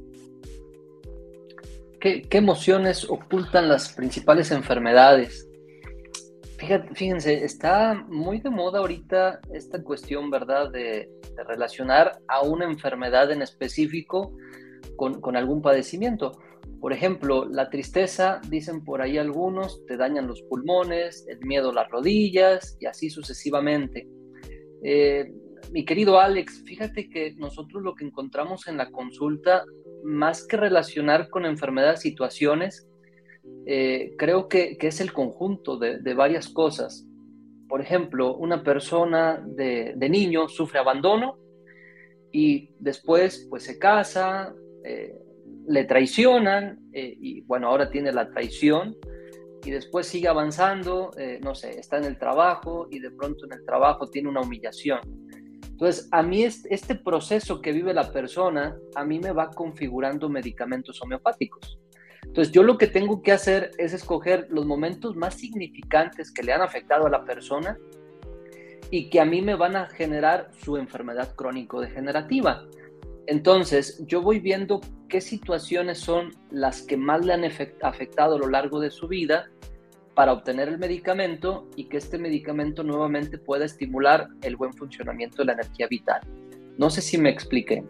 ¿Qué, qué emociones ocultan las principales enfermedades? Fíjate, fíjense, está muy de moda ahorita esta cuestión, ¿verdad?, de, de relacionar a una enfermedad en específico con, con algún padecimiento. Por ejemplo, la tristeza, dicen por ahí algunos, te dañan los pulmones, el miedo las rodillas y así sucesivamente. Eh, mi querido Alex, fíjate que nosotros lo que encontramos en la consulta, más que relacionar con enfermedades, situaciones, eh, creo que, que es el conjunto de, de varias cosas. Por ejemplo, una persona de, de niño sufre abandono y después pues se casa, eh, le traicionan eh, y bueno, ahora tiene la traición y después sigue avanzando, eh, no sé, está en el trabajo y de pronto en el trabajo tiene una humillación. Entonces, a mí este, este proceso que vive la persona, a mí me va configurando medicamentos homeopáticos. Entonces, yo lo que tengo que hacer es escoger los momentos más significantes que le han afectado a la persona y que a mí me van a generar su enfermedad crónico-degenerativa. Entonces, yo voy viendo qué situaciones son las que más le han afectado a lo largo de su vida para obtener el medicamento y que este medicamento nuevamente pueda estimular el buen funcionamiento de la energía vital. No sé si me expliqué.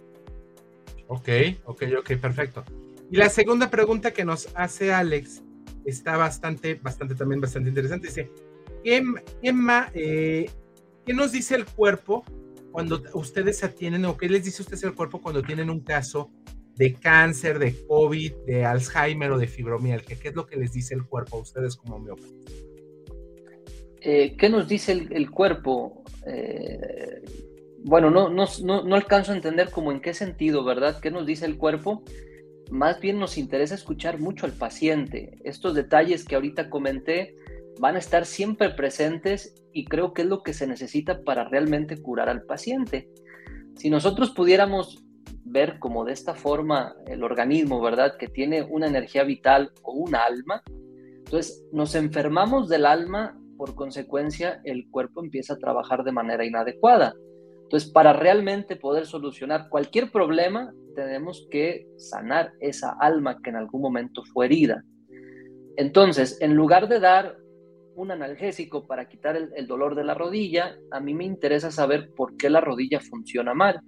Ok, ok, ok, perfecto. Y la segunda pregunta que nos hace Alex está bastante, bastante también bastante interesante. Dice, ¿qué, qué, ma, eh, ¿qué nos dice el cuerpo cuando ustedes atienden, o qué les dice ustedes al cuerpo cuando tienen un caso de cáncer, de COVID, de Alzheimer o de fibromialgia? ¿Qué es lo que les dice el cuerpo a ustedes como homeópatas? Eh, ¿Qué nos dice el, el cuerpo? Eh, bueno, no, no, no, no alcanzo a entender como en qué sentido, ¿verdad? ¿Qué nos dice el cuerpo? Más bien nos interesa escuchar mucho al paciente. Estos detalles que ahorita comenté van a estar siempre presentes y creo que es lo que se necesita para realmente curar al paciente. Si nosotros pudiéramos ver como de esta forma el organismo, ¿verdad?, que tiene una energía vital o un alma, entonces nos enfermamos del alma, por consecuencia el cuerpo empieza a trabajar de manera inadecuada. Entonces, para realmente poder solucionar cualquier problema, tenemos que sanar esa alma que en algún momento fue herida. Entonces, en lugar de dar un analgésico para quitar el, el dolor de la rodilla, a mí me interesa saber por qué la rodilla funciona mal.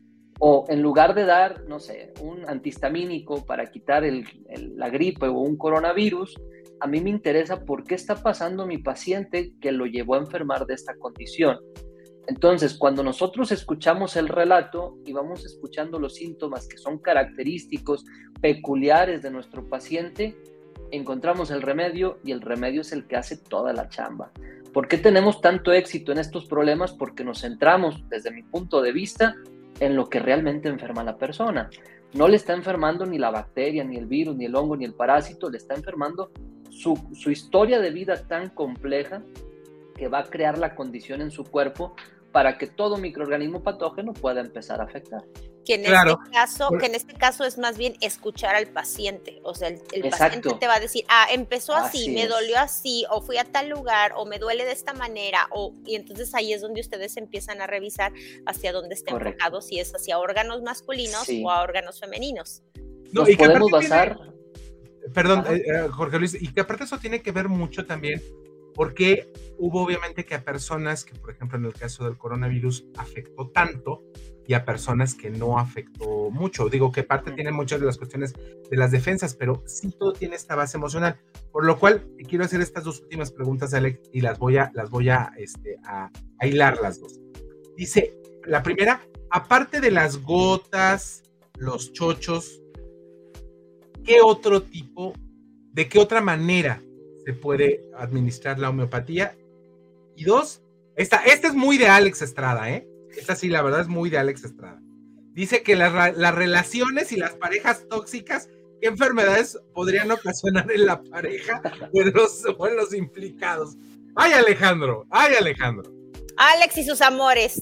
O en lugar de dar, no sé, un antihistamínico para quitar el, el, la gripe o un coronavirus, a mí me interesa por qué está pasando mi paciente que lo llevó a enfermar de esta condición. Entonces, cuando nosotros escuchamos el relato y vamos escuchando los síntomas que son característicos, peculiares de nuestro paciente, encontramos el remedio y el remedio es el que hace toda la chamba. ¿Por qué tenemos tanto éxito en estos problemas? Porque nos centramos, desde mi punto de vista, en lo que realmente enferma a la persona. No le está enfermando ni la bacteria, ni el virus, ni el hongo, ni el parásito, le está enfermando su, su historia de vida tan compleja que va a crear la condición en su cuerpo para que todo microorganismo patógeno pueda empezar a afectar. Que en, claro. este caso, que en este caso es más bien escuchar al paciente. O sea, el, el paciente te va a decir, ah, empezó así, así me es. dolió así, o fui a tal lugar, o me duele de esta manera, o, y entonces ahí es donde ustedes empiezan a revisar hacia dónde está enfocado, si es hacia órganos masculinos sí. o a órganos femeninos. No, Nos y podemos basar... Tiene, perdón, eh, Jorge Luis, y que aparte eso tiene que ver mucho también porque hubo obviamente que a personas que, por ejemplo, en el caso del coronavirus afectó tanto, y a personas que no afectó mucho. Digo que parte tiene muchas de las cuestiones de las defensas, pero sí todo tiene esta base emocional. Por lo cual, quiero hacer estas dos últimas preguntas, Alex, y las voy a, las voy a, este, a, a hilar las dos. Dice, la primera, aparte de las gotas, los chochos, ¿qué otro tipo, de qué otra manera se puede administrar la homeopatía? Y dos, esta, esta es muy de Alex Estrada, ¿eh? Esta sí, la verdad es muy de Alex Estrada. Dice que las, las relaciones y las parejas tóxicas, ¿qué enfermedades podrían ocasionar en la pareja o en los, o en los implicados? ¡Ay, Alejandro! ¡Ay, Alejandro! Alex y sus amores.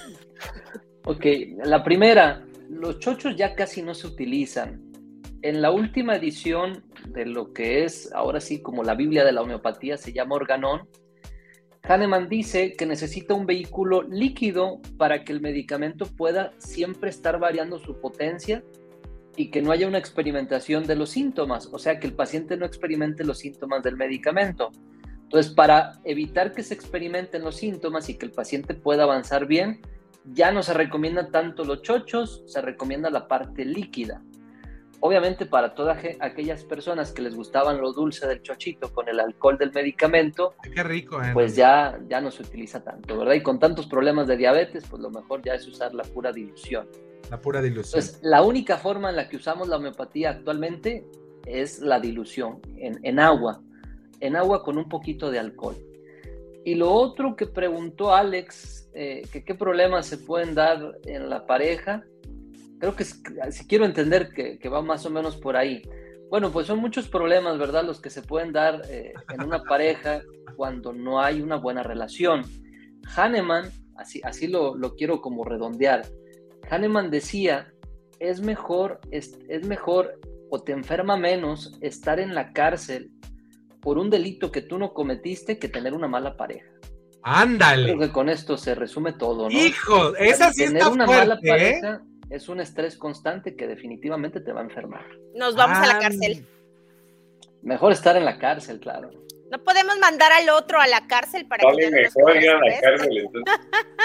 Ok, la primera, los chochos ya casi no se utilizan. En la última edición de lo que es, ahora sí, como la Biblia de la homeopatía, se llama Organon, Hahnemann dice que necesita un vehículo líquido para que el medicamento pueda siempre estar variando su potencia y que no haya una experimentación de los síntomas, o sea, que el paciente no experimente los síntomas del medicamento. Entonces, para evitar que se experimenten los síntomas y que el paciente pueda avanzar bien, ya no se recomienda tanto los chochos, se recomienda la parte líquida. Obviamente para todas aquellas personas que les gustaban lo dulce del chochito con el alcohol del medicamento, qué rico, ¿eh? Pues ya, ya no se utiliza tanto, ¿verdad? Y con tantos problemas de diabetes, pues lo mejor ya es usar la pura dilución. La pura dilución. Entonces, la única forma en la que usamos la homeopatía actualmente es la dilución, en, en agua, en agua con un poquito de alcohol. Y lo otro que preguntó Alex, eh, que qué problemas se pueden dar en la pareja, creo que si quiero entender que, que va más o menos por ahí. Bueno, pues son muchos problemas, ¿verdad? Los que se pueden dar eh, en una pareja cuando no hay una buena relación. Hahnemann, así, así lo, lo quiero como redondear, Hahnemann decía, es mejor, es, es mejor o te enferma menos estar en la cárcel por un delito que tú no cometiste que tener una mala pareja. ¡Ándale! Creo que con esto se resume todo, ¿no? ¡Hijo! Esa sí tener está una fuerte, mala pareja, ¿eh? Es un estrés constante que definitivamente te va a enfermar. Nos vamos ah, a la cárcel. Mejor estar en la cárcel, claro. No podemos mandar al otro a la cárcel para Vale, que mejor ir a la cárcel, entonces.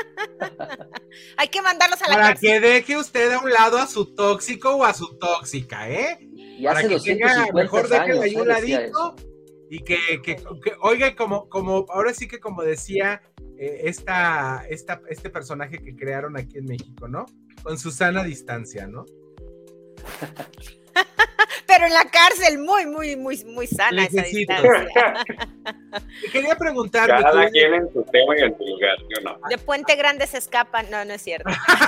Hay que mandarlos a la para cárcel. que deje usted a un lado a su tóxico o a su tóxica, ¿eh? Y para hace que tenga, mejor déjelo ahí un ladito y que, que, que, oiga, como, como, ahora sí que como decía eh, esta, esta, este personaje que crearon aquí en México, ¿no? Con su sana distancia, ¿no? Pero en la cárcel, muy, muy, muy, muy sana Necesito. esa distancia. Y quería preguntar. Cada quien en su tema y en su lugar, ¿sí o no? De Puente Grande se escapan, no, no es cierto.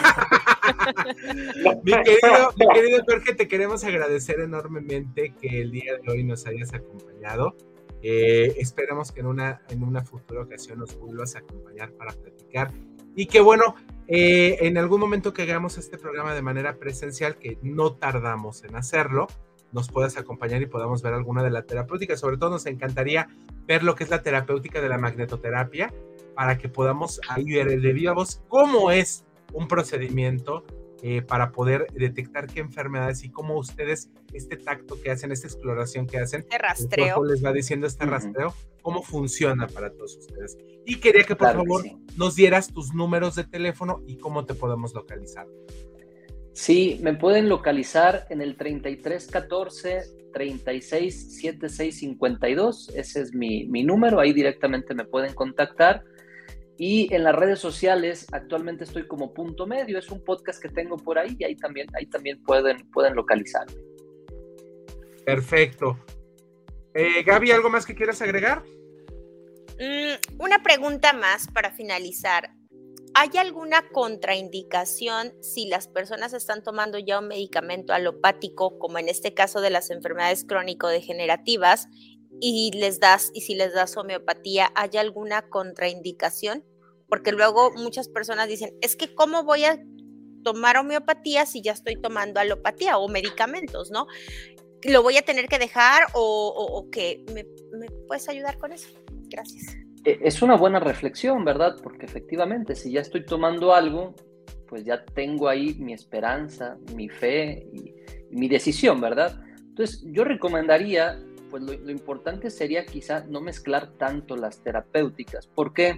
mi, querido, mi querido Jorge, te queremos agradecer enormemente que el día de hoy nos hayas acompañado. Eh, esperamos que en una, en una futura ocasión nos vuelvas a acompañar para platicar. Y que bueno, eh, en algún momento que hagamos este programa de manera presencial, que no tardamos en hacerlo, nos puedas acompañar y podamos ver alguna de la terapéutica. Sobre todo nos encantaría ver lo que es la terapéutica de la magnetoterapia, para que podamos ahí ver de viva voz cómo es un procedimiento eh, para poder detectar qué enfermedades y cómo ustedes, este tacto que hacen, esta exploración que hacen, este rastreo, el cuerpo les va diciendo este uh-huh. rastreo, cómo funciona para todos ustedes. Y quería que por claro favor que sí. nos dieras tus números de teléfono y cómo te podemos localizar. Sí, me pueden localizar en el treinta y tres catorce treinta y seis setenta y seis cincuenta y dos, ese es mi, mi número, ahí directamente me pueden contactar. Y en las redes sociales actualmente estoy como Punto Medio, es un podcast que tengo por ahí y ahí también, ahí también pueden, pueden localizarme. Perfecto. Eh, Gaby, ¿algo más que quieras agregar? Mm, una pregunta más para finalizar. ¿Hay alguna contraindicación si las personas están tomando ya un medicamento alopático, como en este caso de las enfermedades crónico-degenerativas, y les das, y si les das homeopatía, ¿hay alguna contraindicación? Porque luego muchas personas dicen, es que ¿cómo voy a tomar homeopatía si ya estoy tomando alopatía o medicamentos, ¿no? ¿Lo voy a tener que dejar o, o, o qué? ¿Me, ¿Me puedes ayudar con eso? Gracias. Es una buena reflexión, ¿verdad? Porque efectivamente, si ya estoy tomando algo, pues ya tengo ahí mi esperanza, mi fe y, y mi decisión, ¿verdad? Entonces, yo recomendaría, pues lo, lo importante sería quizá no mezclar tanto las terapéuticas. ¿Por qué?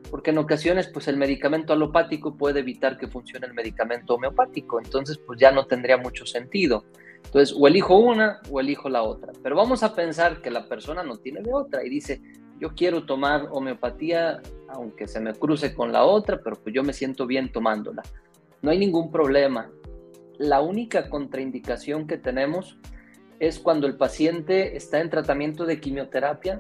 porque en ocasiones pues el medicamento alopático puede evitar que funcione el medicamento homeopático, entonces pues ya no tendría mucho sentido. Entonces o elijo una o elijo la otra, pero vamos a pensar que la persona no tiene de otra y dice, yo quiero tomar homeopatía aunque se me cruce con la otra, pero pues yo me siento bien tomándola. No hay ningún problema. La única contraindicación que tenemos es cuando el paciente está en tratamiento de quimioterapia,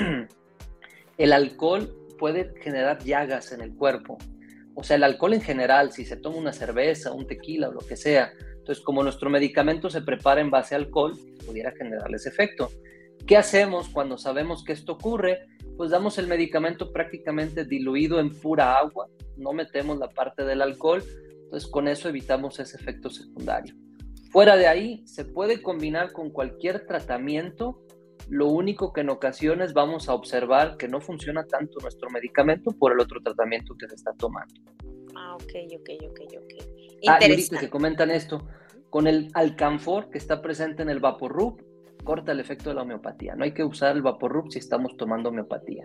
el alcohol puede generar llagas en el cuerpo. O sea, el alcohol en general, si se toma una cerveza, un tequila o lo que sea, entonces como nuestro medicamento se prepara en base a alcohol, pudiera generarle ese efecto. ¿Qué hacemos cuando sabemos que esto ocurre? Pues damos el medicamento prácticamente diluido en pura agua, no metemos la parte del alcohol, entonces con eso evitamos ese efecto secundario. Fuera de ahí, se puede combinar con cualquier tratamiento. Lo único que en ocasiones vamos a observar que no funciona tanto nuestro medicamento por el otro tratamiento que se está tomando. Ah, ok, ok, ok, ok. Ah, y ahorita que comentan esto, con el alcanfor que está presente en el Vaporub, corta el efecto de la homeopatía. No hay que usar el Vaporub si estamos tomando homeopatía.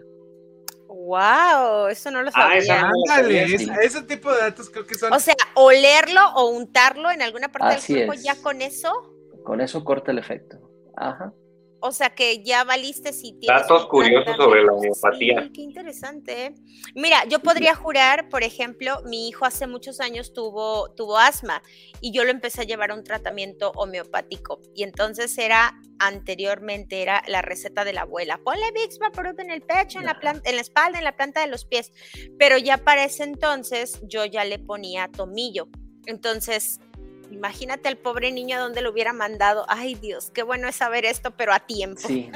Wow, eso no lo sabía. Ah, ándale, sí. ese, ese tipo de datos creo que son... O sea, olerlo o untarlo en alguna parte Así del cuerpo, es. ya con eso. Con eso corta el efecto. Ajá. O sea que ya valiste si tienes... Datos curiosos sobre la homeopatía. Sí, qué interesante, ¿eh? Mira, yo podría jurar, por ejemplo, mi hijo hace muchos años tuvo, tuvo asma y yo lo empecé a llevar a un tratamiento homeopático. Y entonces era, anteriormente era la receta de la abuela. Ponle Vicks Vaporub en el pecho, en la, planta, en la espalda, en la planta de los pies. Pero ya para ese entonces yo ya le ponía tomillo. Entonces... imagínate al pobre niño a dónde lo hubiera mandado. Ay, Dios, qué bueno es saber esto, pero a tiempo. Sí,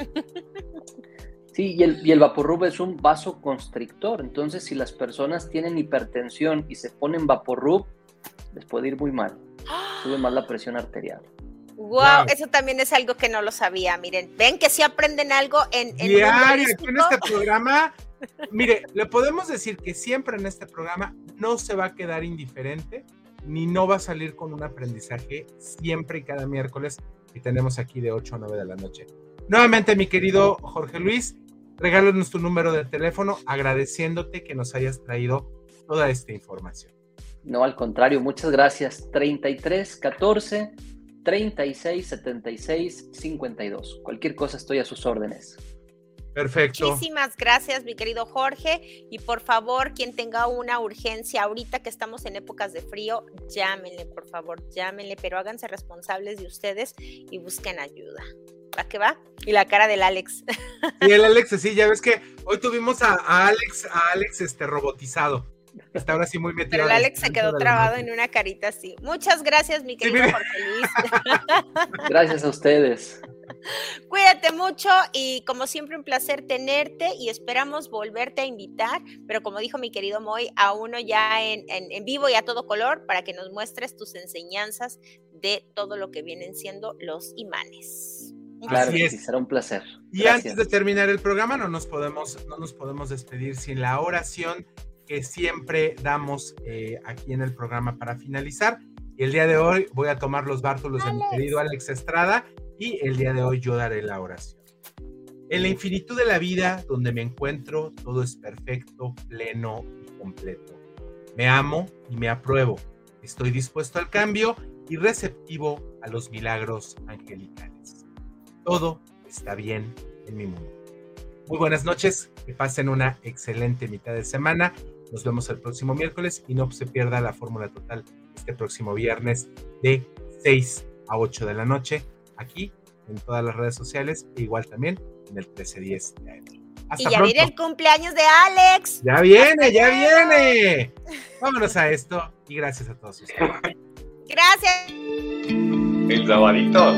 sí y, el, y el Vaporub es un vasoconstrictor. Entonces, si las personas tienen hipertensión y se ponen Vaporub, les puede ir muy mal. Sube más la presión arterial. Wow, Wow. eso también es algo que no lo sabía. Miren, ven que sí aprenden algo en, en diario aquí en este programa. Mire, le podemos decir que siempre en este programa no se va a quedar indiferente, ni no va a salir con un aprendizaje siempre y cada miércoles que tenemos aquí de ocho a nueve de la noche. Nuevamente, mi querido Jorge Luis, regálanos tu número de teléfono agradeciéndote que nos hayas traído toda esta información. No, al contrario, muchas gracias. treinta y tres, catorce, treinta y seis, setenta y seis, cincuenta y dos. Cualquier cosa estoy a sus órdenes. Perfecto. Muchísimas gracias, mi querido Jorge. Y por favor, quien tenga una urgencia ahorita que estamos en épocas de frío, llámenle, por favor, llámenle, pero háganse responsables de ustedes y busquen ayuda. ¿Va que va? Y la cara del Alex. Y el Alex, sí, ya ves que hoy tuvimos a, a Alex, a Alex este robotizado. Está ahora sí muy metido. Pero el Alex se quedó trabado en una carita así. Muchas gracias, mi querido sí, Jorge Luis. Gracias a ustedes. Cuídate mucho y como siempre un placer tenerte y esperamos volverte a invitar, pero como dijo mi querido Moy, a uno ya en, en, en vivo y a todo color para que nos muestres tus enseñanzas de todo lo que vienen siendo los imanes. Claro, sí, será un placer. Y Gracias. Antes de terminar el programa no nos podemos, no nos podemos despedir sin la oración que siempre damos eh, aquí en el programa para finalizar. Y el día de hoy voy a tomar los bártulos de mi querido Alex Estrada y el día de hoy yo daré la oración. En la infinitud de la vida, donde me encuentro, todo es perfecto, pleno y completo. Me amo y me apruebo. Estoy dispuesto al cambio y receptivo a los milagros angelicales. Todo está bien en mi mundo. Muy buenas noches, que pasen una excelente mitad de semana. Nos vemos el próximo miércoles y no se pierda la Fórmula Total este próximo viernes de seis a ocho de la noche, aquí en todas las redes sociales e igual también en el trece diez de A M. Y ya pronto. Viene el cumpleaños de Alex. Ya viene, ya viene. Vámonos a esto y gracias a todos ustedes. Gracias. El sabadito.